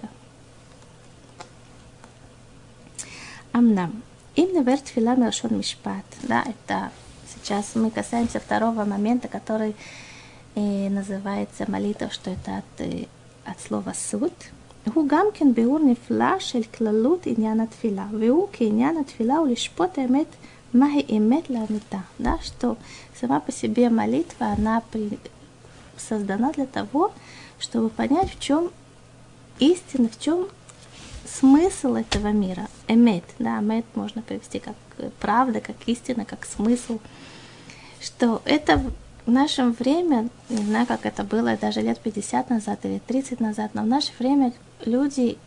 Амнам. Им невер тфила мелшон мишпат. Да, это сейчас мы касаемся второго момента, который называется молитва, что это от слова суд. הוא גם כן ביאור נפלא של כללות עניין התפילה, והוא כעניין התפילה הוא לשפוט האמת מהי אמת לאמיתה. Да, что сама по себе молитва, она создана для того, чтобы понять, в чем истина, в чем смысл этого мира. Эмет, да, эмет можно перевести как правда, как истина, как смысл. Что это в наше время, не знаю, как это было даже лет 50 назад или 30 назад, но в наше время люди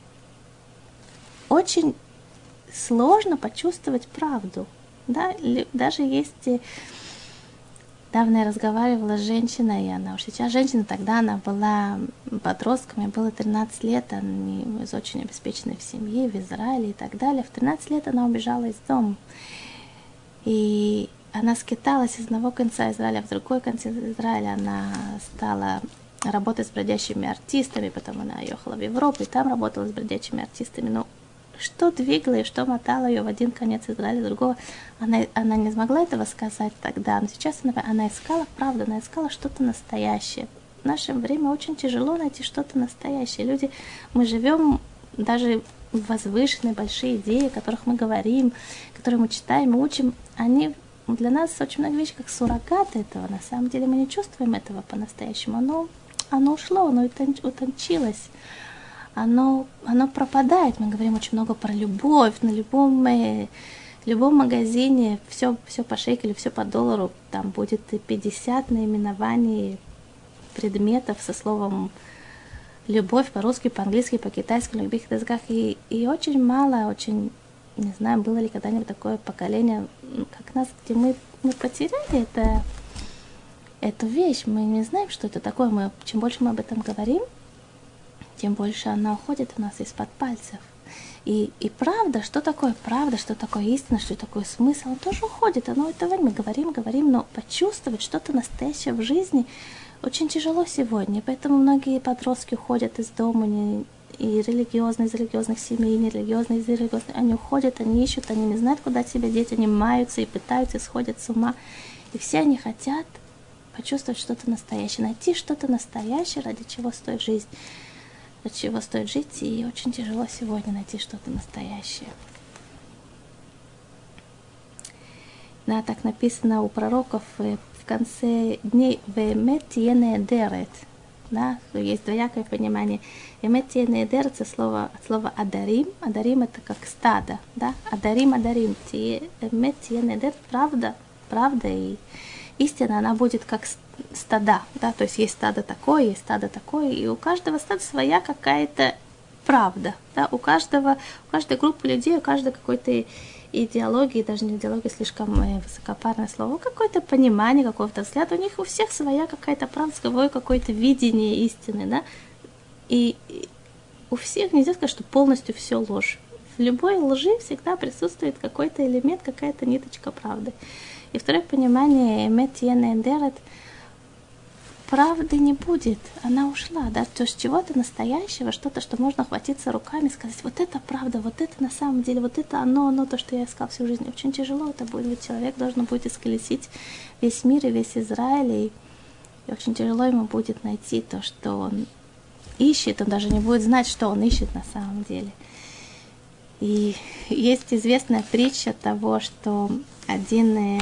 очень сложно почувствовать правду. Да? Даже есть... Недавно я разговаривала с женщиной, и она уж сейчас женщина, тогда она была подростком, ей было 13 лет, они из очень обеспеченной в семье, в Израиле и так далее. В 13 лет она убежала из дома. И она скиталась из одного конца Израиля в другой конец Израиля. Она стала работать с бродячими артистами, потом она ехала в Европу, и там работала с бродячими артистами. Но что двигало и что мотало ее в один конец Израиля, в другого, она не смогла этого сказать тогда, но сейчас она искала правду, она искала что-то настоящее. В наше время очень тяжело найти что-то настоящее. Люди, мы живем даже в возвышенные большие идеи, о которых мы говорим, которые мы читаем, мы учим, они для нас очень много вещей как суррогаты этого. На самом деле мы не чувствуем этого по-настоящему. Оно ушло, оно утончилось. Оно пропадает. Мы говорим очень много про любовь. На любом магазине все по шекелю, все по доллару. Там будет и 50 наименований предметов со словом любовь по-русски, по-английски, по-китайски, на любых языках. И очень мало, очень, не знаю, было ли когда-нибудь такое поколение, как нас, где мы потеряли эту вещь. Мы не знаем, что это такое. Чем больше мы об этом говорим, тем больше она уходит у нас из-под пальцев. И правда, что такое правда, что такое истина, что такое смысл, он тоже уходит. Мы говорим, но почувствовать что-то настоящее в жизни очень тяжело сегодня. Поэтому многие подростки уходят из дома, и религиозные, из религиозных семей, нерелигиозные, из религиозных. Они уходят, они ищут, они не знают, куда себя деть, они маются и пытаются, и сходят с ума. И все они хотят почувствовать что-то настоящее, найти что-то настоящее, ради чего стоит жизнь. От чего стоит жить, и очень тяжело сегодня найти что-то настоящее. Да, так написано у пророков в конце дней «Веэмет тие неэдерет». Да, есть двоякое понимание. «Эмет тие неэдерет» от слова «адарим». «Адарим» — это как стадо. Да? «Адарим», «эмет тие неэдерет» — правда и истина, она будет как стада, да, то есть стадо такое, есть стадо такое, и у каждого стада своя какая-то правда, да, у каждой группы людей, у каждой какой-то идеологии, даже не идеология, слишком высокопарное слово, какое-то понимание, какого-то взгляда, у них у всех своя какая-то правда, свое какое-то видение истины, да, и у всех нельзя сказать, что полностью все ложь. В любой лжи всегда присутствует какой-то элемент, какая-то ниточка правды. И второе понимание «эмет тие неэдерет» — правды не будет, она ушла, да, то есть чего-то настоящего, что-то, что можно охватиться руками, сказать, вот это правда, вот это на самом деле, вот это оно, то, что я искал всю жизнь. Очень тяжело это будет, ведь человек должен будет исколесить весь мир и весь Израиль, и очень тяжело ему будет найти то, что он ищет, он даже не будет знать, что он ищет на самом деле. И есть известная притча того, что один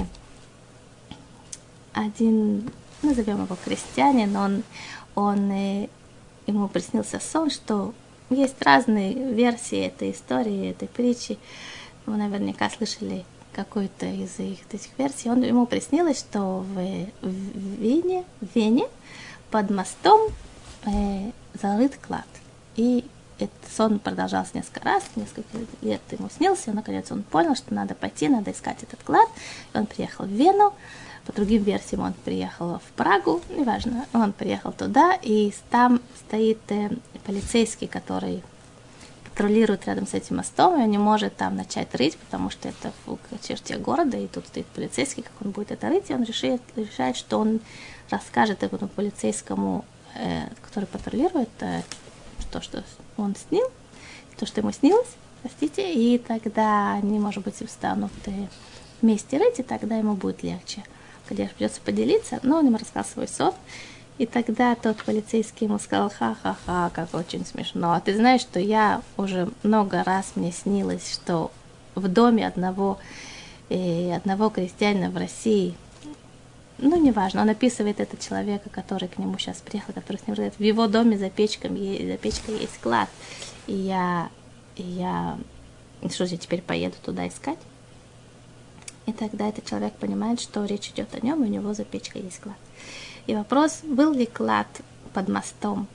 назовем его крестьянин, ему приснился сон, что есть разные версии этой истории, этой притчи. Вы наверняка слышали какую-то из этих версий. Ему приснилось, что в Вене под мостом зарыт клад. И этот сон продолжался несколько лет ему снился, и наконец он понял, что надо пойти, надо искать этот клад. И он приехал в Вену. По другим версиям он приехал в Прагу, неважно, он приехал туда, и там стоит полицейский, который патрулирует рядом с этим мостом, и он не может там начать рыть, потому что это в черте города, и тут стоит полицейский, как он будет это рыть, и он решает, что он расскажет этому полицейскому, который патрулирует, то, что он снил, то, что ему снилось, простите, и тогда они, может быть, встанут вместе рыть, и тогда ему будет легче. Конечно, придется поделиться, но он ему рассказал свой сон. И тогда тот полицейский ему сказал: ха-ха-ха, как очень смешно. А ты знаешь, что я уже много раз мне снилось, что в доме одного крестьянина в России, неважно, он описывает этого человека, который к нему сейчас приехал, который с ним живет, в его доме за печкой есть клад. И я что же, я теперь поеду туда искать? И тогда этот человек понимает, что речь идет о нем, и у него за печкой есть клад. И вопрос, был ли клад под мостом?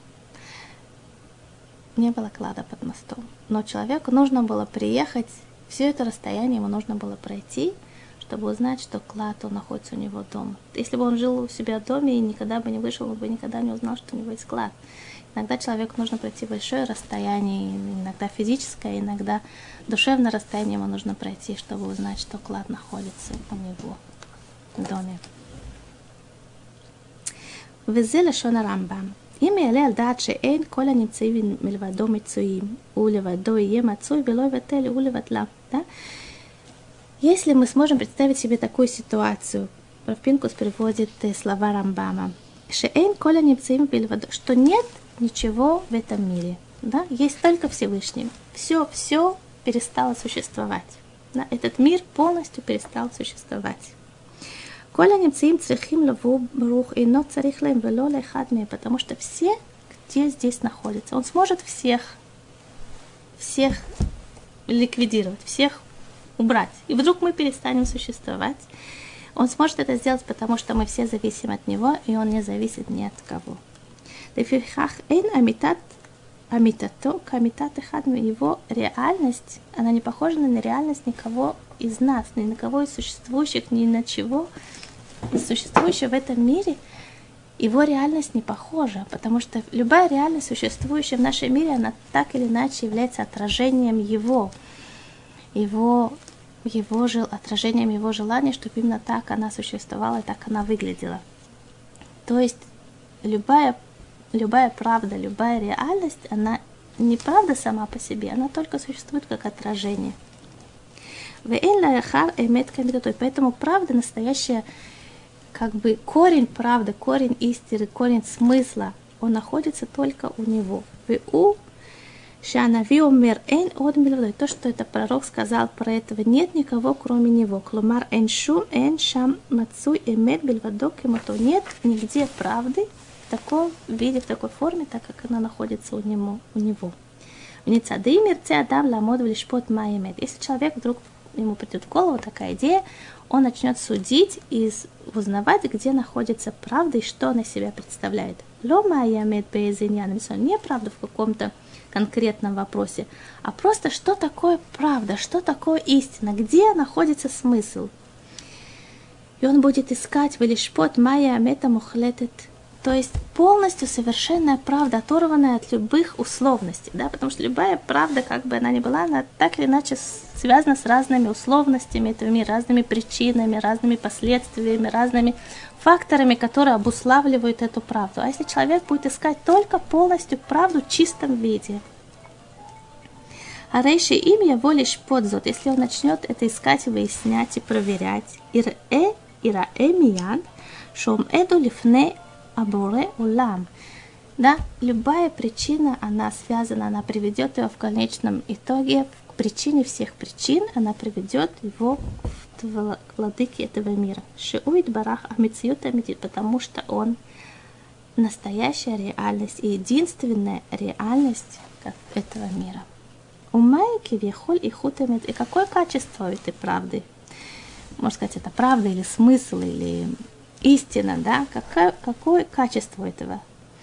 Не было клада под мостом. Но человеку нужно было приехать, все это расстояние ему нужно было пройти, чтобы узнать, что клад, он находится у него дома. Если бы он жил у себя в доме и никогда бы не вышел, он бы никогда не узнал, что у него есть клад. Иногда человеку нужно пройти большое расстояние, иногда физическое, иногда душевное расстояние ему нужно пройти, чтобы узнать, что клад находится у него в доме. וזה לשון הרמב"ם. אם יעלה על דעת שאין כל הנמצאים מלבדו מצויים, ולבדו יהיה מצוי ולא יבטל ולבטלה. Да? Если мы сможем представить себе такую ситуацию, Рав Пинкус приводит слова Рамбама, «Шеэйн коля немцеим бельвадо», что нет ничего в этом мире, да? Есть только Всевышний. Все перестало существовать. Да? Этот мир полностью перестал существовать. Коля немцеим црихим лаву брух и но царих лэм вело лэхад мэ, потому что все, где здесь находятся, он сможет всех ликвидировать, всех убрать. И вдруг мы перестанем существовать. Он сможет это сделать, потому что мы все зависим от него, и он не зависит ни от кого. Лефихах эйн амитато камитат эхад, его реальность, она не похожа на реальность никого из нас, ни на кого из существующих, ни на чего из существующего в этом мире. Его реальность не похожа, потому что любая реальность, существующая в нашем мире, она так или иначе является отражением отражением его желания, чтобы именно так она существовала и так она выглядела. То есть любая правда, любая реальность, она не правда сама по себе, она только существует как отражение. Поэтому правда настоящая, как бы корень правды, корень истины, корень смысла, он находится только у него. То, что это пророк сказал про этого, нет никого, кроме него. Нет нигде правды в таком виде, в такой форме, так как она находится у него. Если человек вдруг ему придет в голову такая идея, он начнет судить и узнавать, где находится правда и что она себя представляет. Не правда в каком-то конкретном вопросе, а просто что такое правда, что такое истина, где находится смысл. И он будет искать велишпот майя мета мухлетет, то есть полностью совершенная правда, оторванная от любых условностей, да, потому что любая правда, как бы она ни была, она так или иначе связана с разными условностями этого мира, разными причинами, разными последствиями, разными факторами, которые обуславливают эту правду. А если человек будет искать только полностью правду в чистом виде, а рейши им его лишь подзот, если он начнет это искать, выяснять и проверять, ирае мияд, шом эду лифне аборе улам. Да, любая причина, она связана, она приведет его в конечном итоге к причине всех причин, она приведет его к владыке этого мира. Шиуид барах амициют амитит, потому что он настоящая реальность и единственная реальность этого мира. Умайки вехоль и хутамит. И какое качество этой правды? Можно сказать, это правда или смысл, или истина, да? Какое качество этого?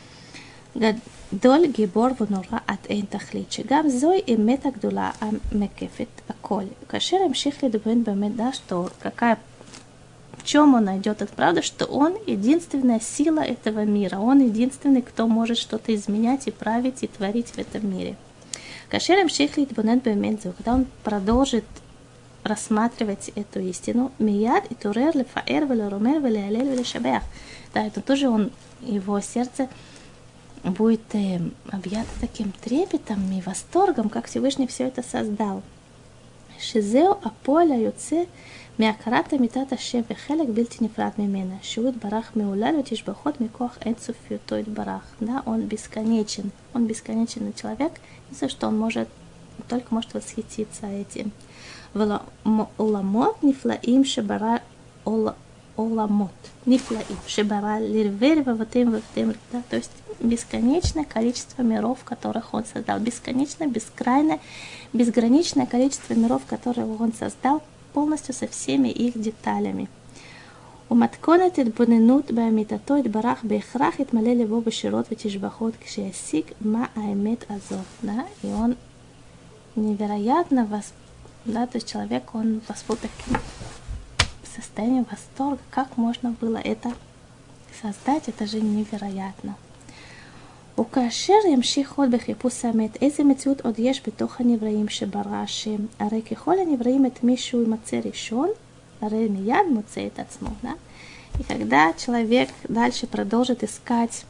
גדול גיבור ונורא עד אין תכלית, שגם זוהי אמת הגדולה המקפת הכל. כאשר המשיך לדבר באמת דשתור, в чем он найдет эту правду, что он единственная сила этого мира, он единственный, кто может что-то изменять и править и творить в этом мире. כאשר המשיך להתבונן באמת זהו, когда он продолжит рассматривать эту истину, мияд и турер лефаэр велеромер велеалель велешабех. Да, это тоже его сердце будет объято таким трепетом и восторгом, как Всевышний все это создал. Шизео аполя юце мякарата митата шем вехелек бильти нефрат мимена. Шуит барах меулалю тишбахот микох энцуфьютоид барах. Да, он бесконечный человек, не знаю, что он только может восхититься этим. Уламот нифлаим шебара оламот нифлаим шебара лирвер ваватем, то есть бесконечное количество миров, которых он создал, безграничное количество миров, которые он создал, полностью со всеми их деталями. ומתכונת התבוננות באמיתתו יתברך בהכרח יתמלא לבו בשירות ותשבחות כשישיג מה האמת הזאת. Да? И он невероятно да, то есть человек, он был таким состоянием восторга, как можно было это создать, это же невероятно. וכאשר ימשיך עוד בחיפוש האמת, איזה מציאות עוד יש בתוך הנבראים שברא השם? הרי ככל הנבראים את מישהו יימצא ראשון, הרי מיד מוצא את עצמו, да? И когда человек дальше продолжит искать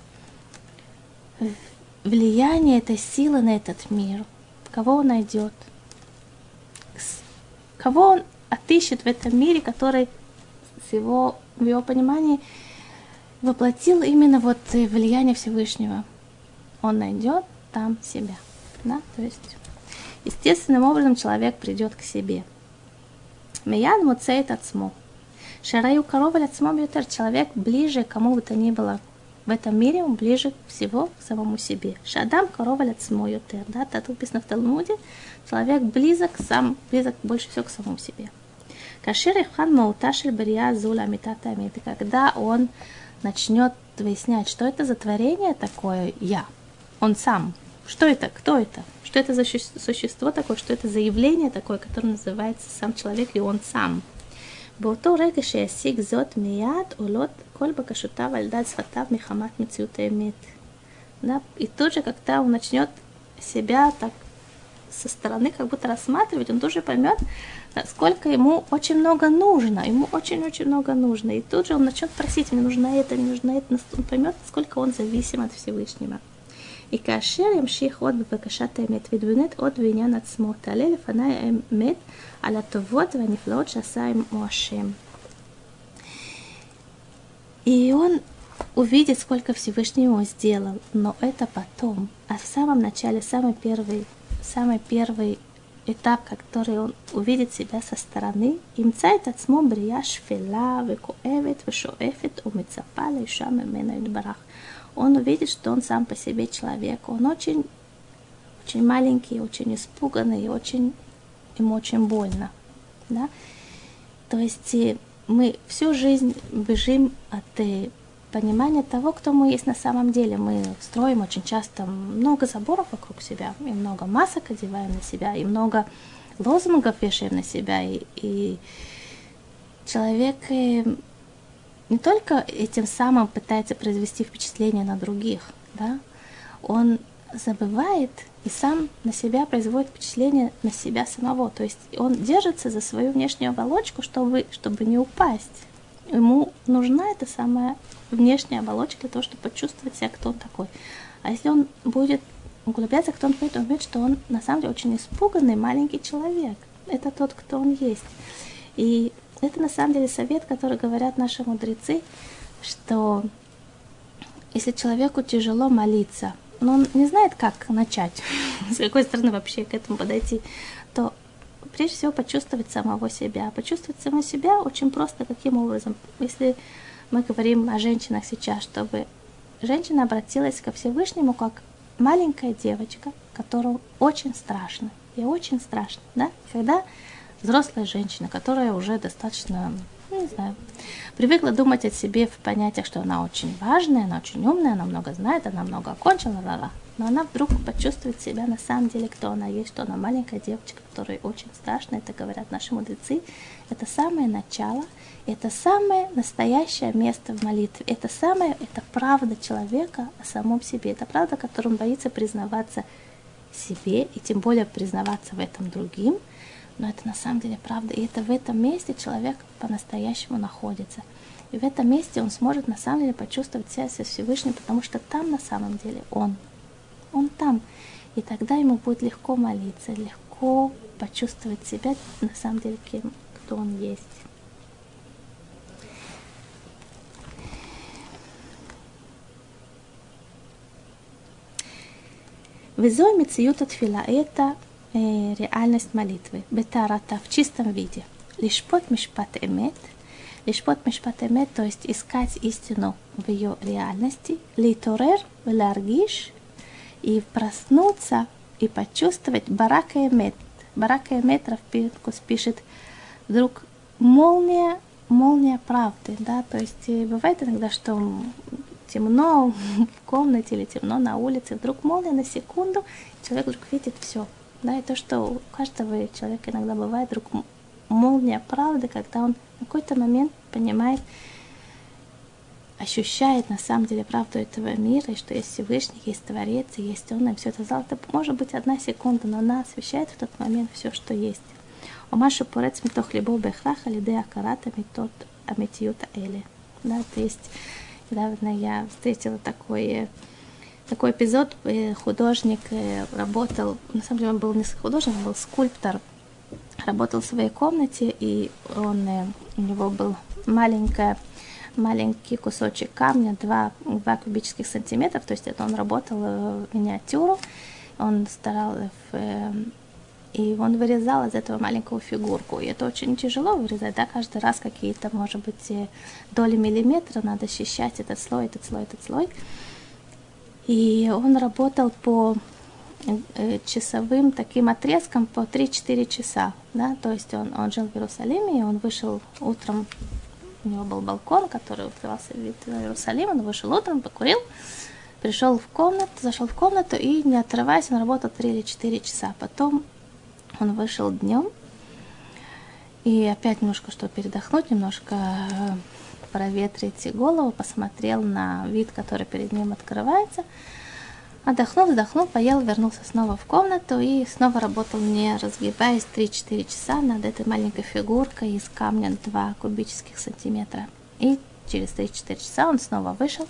влияние этой силы на этот мир, кого он найдет? Кого он отыщет в этом мире, который в его понимании воплотил именно вот влияние Всевышнего? Он найдет там себя. Да? То есть естественным образом человек придет к себе. Миян муцеет ацмо. Шараю корова ацмо бьютер. Человек ближе к кому бы то ни было в этом мире, он ближе всего к самому себе. Шадам корова ацмо ютер. Да, тут написано в Талмуде. Человек близок больше всего к самому себе. Кашир ихан мауташель бария зула амитата амит. Когда он начнет выяснять, что это за творение такое я, он сам, что это, кто это, что это за существо такое, что это за явление такое, которое называется сам человек и он сам. באותו רגע שישיג זאת מיד עולות כל בקשותיו על דעת שפתיו מחמת מציאות האמת. Да? И тут же, когда он начнет себя так со стороны как будто рассматривать, он тоже поймет, насколько ему очень много нужно, ему очень-очень много нужно. И тут же он начнет просить, мне нужно это, он поймет, насколько он зависим от Всевышнего. И כאשר ימשיך עוד בבקשת האמת ויתבונן עוד בעניין עצמו, תעלה לפני האמת על הטובות והנפלאות שעשה עמו השם. И он увидит, сколько Всевышний ему сделал, но это потом. А в самом начале, самый первый этап, который он увидит себя со стороны, ימצא את עצמו בריאה שפלה וכואבת ושואפת ומצפה לישועה ממנו יתברך. Он увидит, что он сам по себе человек. Он очень, очень маленький, очень испуганный, ему очень больно. Да? То есть мы всю жизнь бежим от понимания того, кто мы есть на самом деле. Мы строим очень часто много заборов вокруг себя, и много масок одеваем на себя, и много лозунгов вешаем на себя. И человек не только этим самым пытается произвести впечатление на других, да? Он забывает и сам на себя производит впечатление на себя самого. То есть он держится за свою внешнюю оболочку, чтобы не упасть. Ему нужна эта самая внешняя оболочка для того, чтобы почувствовать себя, кто он такой. А если он будет углубляться, кто он такой, то он увидит, что он на самом деле очень испуганный маленький человек. Это тот, кто он есть. И это на самом деле совет, который говорят наши мудрецы, что если человеку тяжело молиться, но он не знает, как начать, с какой стороны вообще к этому подойти, то прежде всего почувствовать самого себя. Почувствовать самого себя очень просто. Каким образом? Если мы говорим о женщинах сейчас, чтобы женщина обратилась ко Всевышнему как маленькая девочка, которая очень страшна. Ей очень страшно, да? Когда взрослая женщина, которая уже достаточно, не знаю, привыкла думать о себе в понятиях, что она очень важная, она очень умная, она много знает, она много окончила, но она вдруг почувствует себя на самом деле, кто она есть, что она маленькая девочка, которая очень страшна, это говорят наши мудрецы. Это самое начало, это самое настоящее место в молитве, это правда человека о самом себе, это правда, которую он боится признаваться себе, и тем более признаваться в этом другим. Но это на самом деле правда. И это в этом месте человек по-настоящему находится. И в этом месте он сможет на самом деле почувствовать себя со Всевышним, потому что там на самом деле он. Он там. И тогда ему будет легко молиться, легко почувствовать себя на самом деле кем, кто он есть. Везой мециюта тфила. Это реальность молитвы, бетарата, в чистом виде. Лишпот мишпат эмет, то есть искать истину в ее реальности, литорер, ларгиш, и проснуться, и почувствовать барака эмет. Барака эмет, Рав Пинкус пишет, вдруг молния правды, да, то есть бывает иногда, что темно в комнате или темно на улице, вдруг молния на секунду, человек вдруг видит все. Да, и то, что у каждого человека иногда бывает вдруг молния правды, когда он в какой-то момент понимает, ощущает на самом деле правду этого мира, и что есть Всевышний, есть Творец, и есть Он, и все это зал. Это может быть 1 секунда, но она освещает в тот момент все, что есть. Омашу порец митох либо бехрах, алиде акарата митот амитиюта эли. Да, то есть, недавно я встретила такой эпизод, художник работал, на самом деле он был не художник, он был скульптор, работал в своей комнате, и у него был маленький кусочек камня, 2 кубических сантиметра, то есть это он работал в миниатюру, он и он вырезал из этого маленькую фигурку, и это очень тяжело вырезать, да, каждый раз какие-то, может быть, доли миллиметра, надо счищать этот слой. И он работал по часовым таким отрезкам по 3-4 часа, да, то есть он жил в Иерусалиме, и он вышел утром у него был балкон, который открывался вид на Иерусалим, он вышел утром, покурил, пришел в комнату, зашел в комнату и, не отрываясь, он работал 3 или 4 часа. Потом он вышел днем и опять немножко, чтобы передохнуть, немножко проветрить голову, посмотрел на вид, который перед ним открывается, отдохнул, вздохнул, поел, вернулся снова в комнату и снова работал, не разгибаясь, 3-4 часа над этой маленькой фигуркой из камня 2 кубических сантиметра. И через 3-4 часа он снова вышел.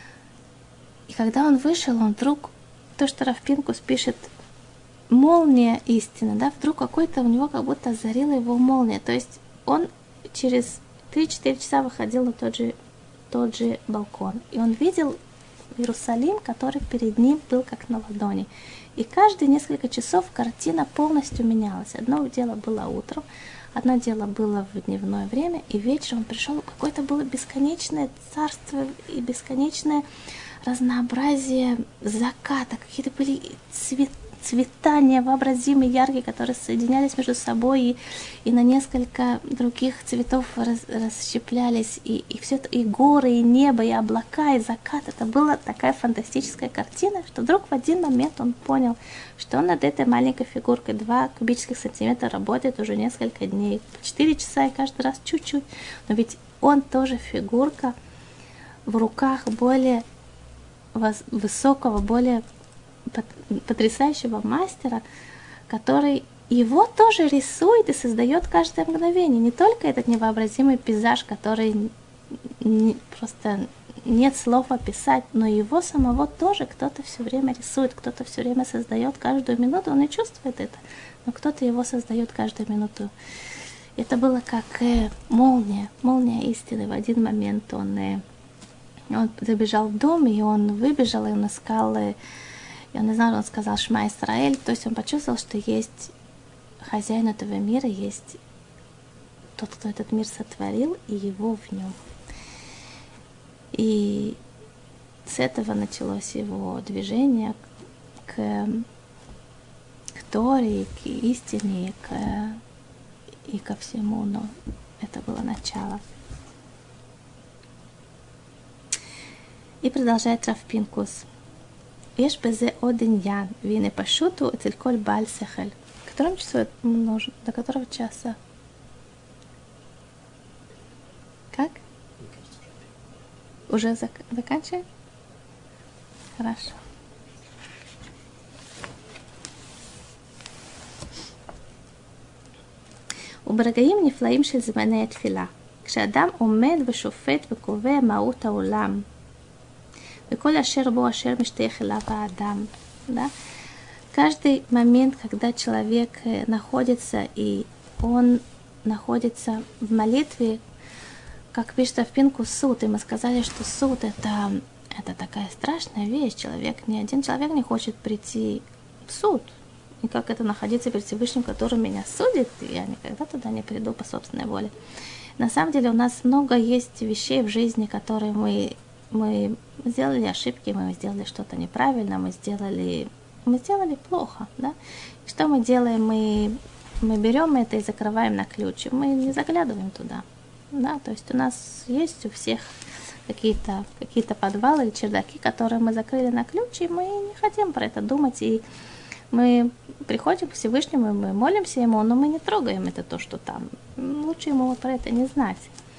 И когда он вышел, он вдруг, то, что Рав Пинкус пишет, молния истины, да, вдруг какой-то у него как будто озарила его молния. То есть он через 3-4 часа выходил на тот же балкон. И он видел Иерусалим, который перед ним был как на ладони. И каждые несколько часов картина полностью менялась. Одно дело было утром, одно дело было в дневное время, и вечером он пришел, какое-то было бесконечное царство и бесконечное разнообразие заката, какие-то были цвета невообразимые, яркие, которые соединялись между собой и на несколько других цветов расщеплялись, и все это, и горы, и небо, и облака, и закат. Это была такая фантастическая картина, что вдруг в один момент он понял, что он над этой маленькой фигуркой 2 кубических сантиметра работает уже несколько дней, по 4 часа и каждый раз чуть-чуть. Но ведь он тоже фигурка в руках более высокого, более потрясающего мастера, который его тоже рисует и создает каждое мгновение. Не только этот невообразимый пейзаж, который просто нет слов описать, но его самого тоже кто-то все время рисует, кто-то все время создает каждую минуту, он и чувствует это, но кто-то его создает каждую минуту. Это было как молния истины. В один момент он забежал в дом, и он выбежал, и он искал, я не знаю, он сказал «Шма Исраэль», то есть он почувствовал, что есть хозяин этого мира, есть тот, кто этот мир сотворил, и его в нем. И с этого началось его движение к Торе, к истине, и ко всему, но это было начало. И продолжает Рав Пинкус. יש בזה עוד עניין, והנה פשוט הוא אצל כל בעל שכל. Котором часу нужно? До которого часа? Как? Уже заканчиваем? Хорошо. וברגעים נפלאים של זמני התפילה, כשאדם עומד ושופט וקובע מהות העולם, וכל אשר בו אשר משתייך אליו האדם, да? Каждый момент, когда человек находится, и он находится в молитве, как пишет Рав Пинкус, суд, и мы сказали, что суд это такая страшная вещь, ни один человек не хочет прийти в суд, и как это находиться перед Всевышним, который меня судит, я никогда туда не приду по собственной воле. На самом деле у нас много есть вещей в жизни, которые мы сделали ошибки, мы сделали что-то неправильно, мы сделали плохо, да? И что мы делаем? Мы берем это и закрываем на ключ, мы не заглядываем туда, да? То есть у нас есть у всех какие-то подвалы или чердаки, которые мы закрыли на ключ, и мы не хотим про это думать, и мы приходим к Всевышнему, и мы молимся Ему, но мы не трогаем это то, что там. Лучше Ему про это не знать.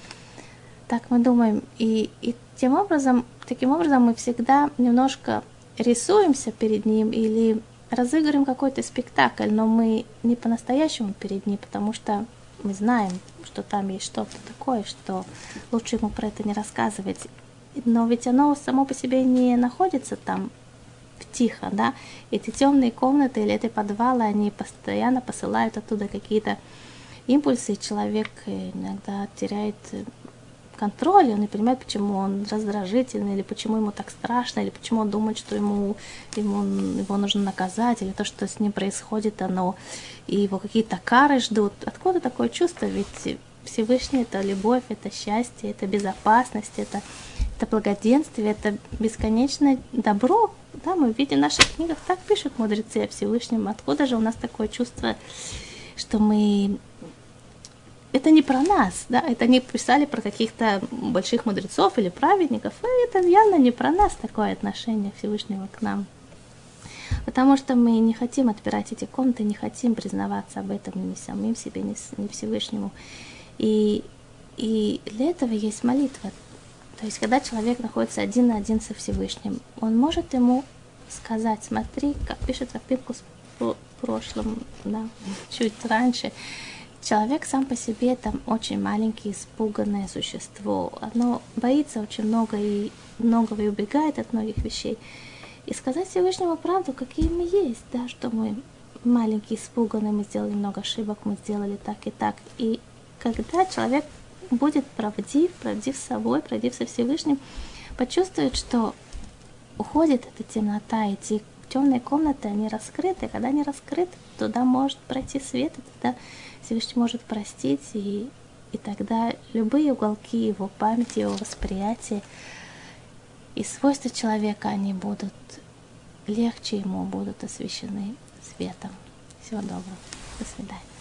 Так мы думаем, и таким образом мы всегда немножко рисуемся перед Ним или разыгрываем какой-то спектакль, но мы не по-настоящему перед Ним, потому что мы знаем, что там есть что-то такое, что лучше Ему про это не рассказывать. Но ведь оно само по себе не находится там тихо, да? Эти темные комнаты или эти подвалы, они постоянно посылают оттуда какие-то импульсы, и человек иногда теряет контроль, он не понимает, почему он раздражительный, или почему ему так страшно, или почему он думает, что его нужно наказать, или то, что с ним происходит, и его какие-то кары ждут. Откуда такое чувство? Ведь Всевышний — это любовь, это счастье, это безопасность, это благоденствие, это бесконечное добро. Да, мы видим в наших книгах, так пишут мудрецы о Всевышнем. Откуда же у нас такое чувство, что мы это не про нас, да, это не писали про каких-то больших мудрецов или праведников, это явно не про нас такое отношение Всевышнего к нам. Потому что мы не хотим отбирать эти комнаты, не хотим признаваться об этом ни самим себе, ни Всевышнему. И для этого есть молитва. То есть, когда человек находится один на один со Всевышним, он может ему сказать: смотри, как пишется в Пинхус в прошлом, да, чуть раньше, человек сам по себе там очень маленький, испуганное существо. Оно боится очень многого и убегает от многих вещей. И сказать Всевышнему правду, какие мы есть, да, что мы маленькие, испуганные, мы сделали много ошибок, мы сделали так и так. И когда человек будет правдив с собой, правдив со Всевышним, почувствует, что уходит эта темнота, эти темные комнаты, они раскрыты. Когда они раскрыты, туда может пройти свет, и тогда Всевышний может простить, и тогда любые уголки его памяти, его восприятия и свойства человека, они будут легче ему, будут освещены светом. Всего доброго. До свидания.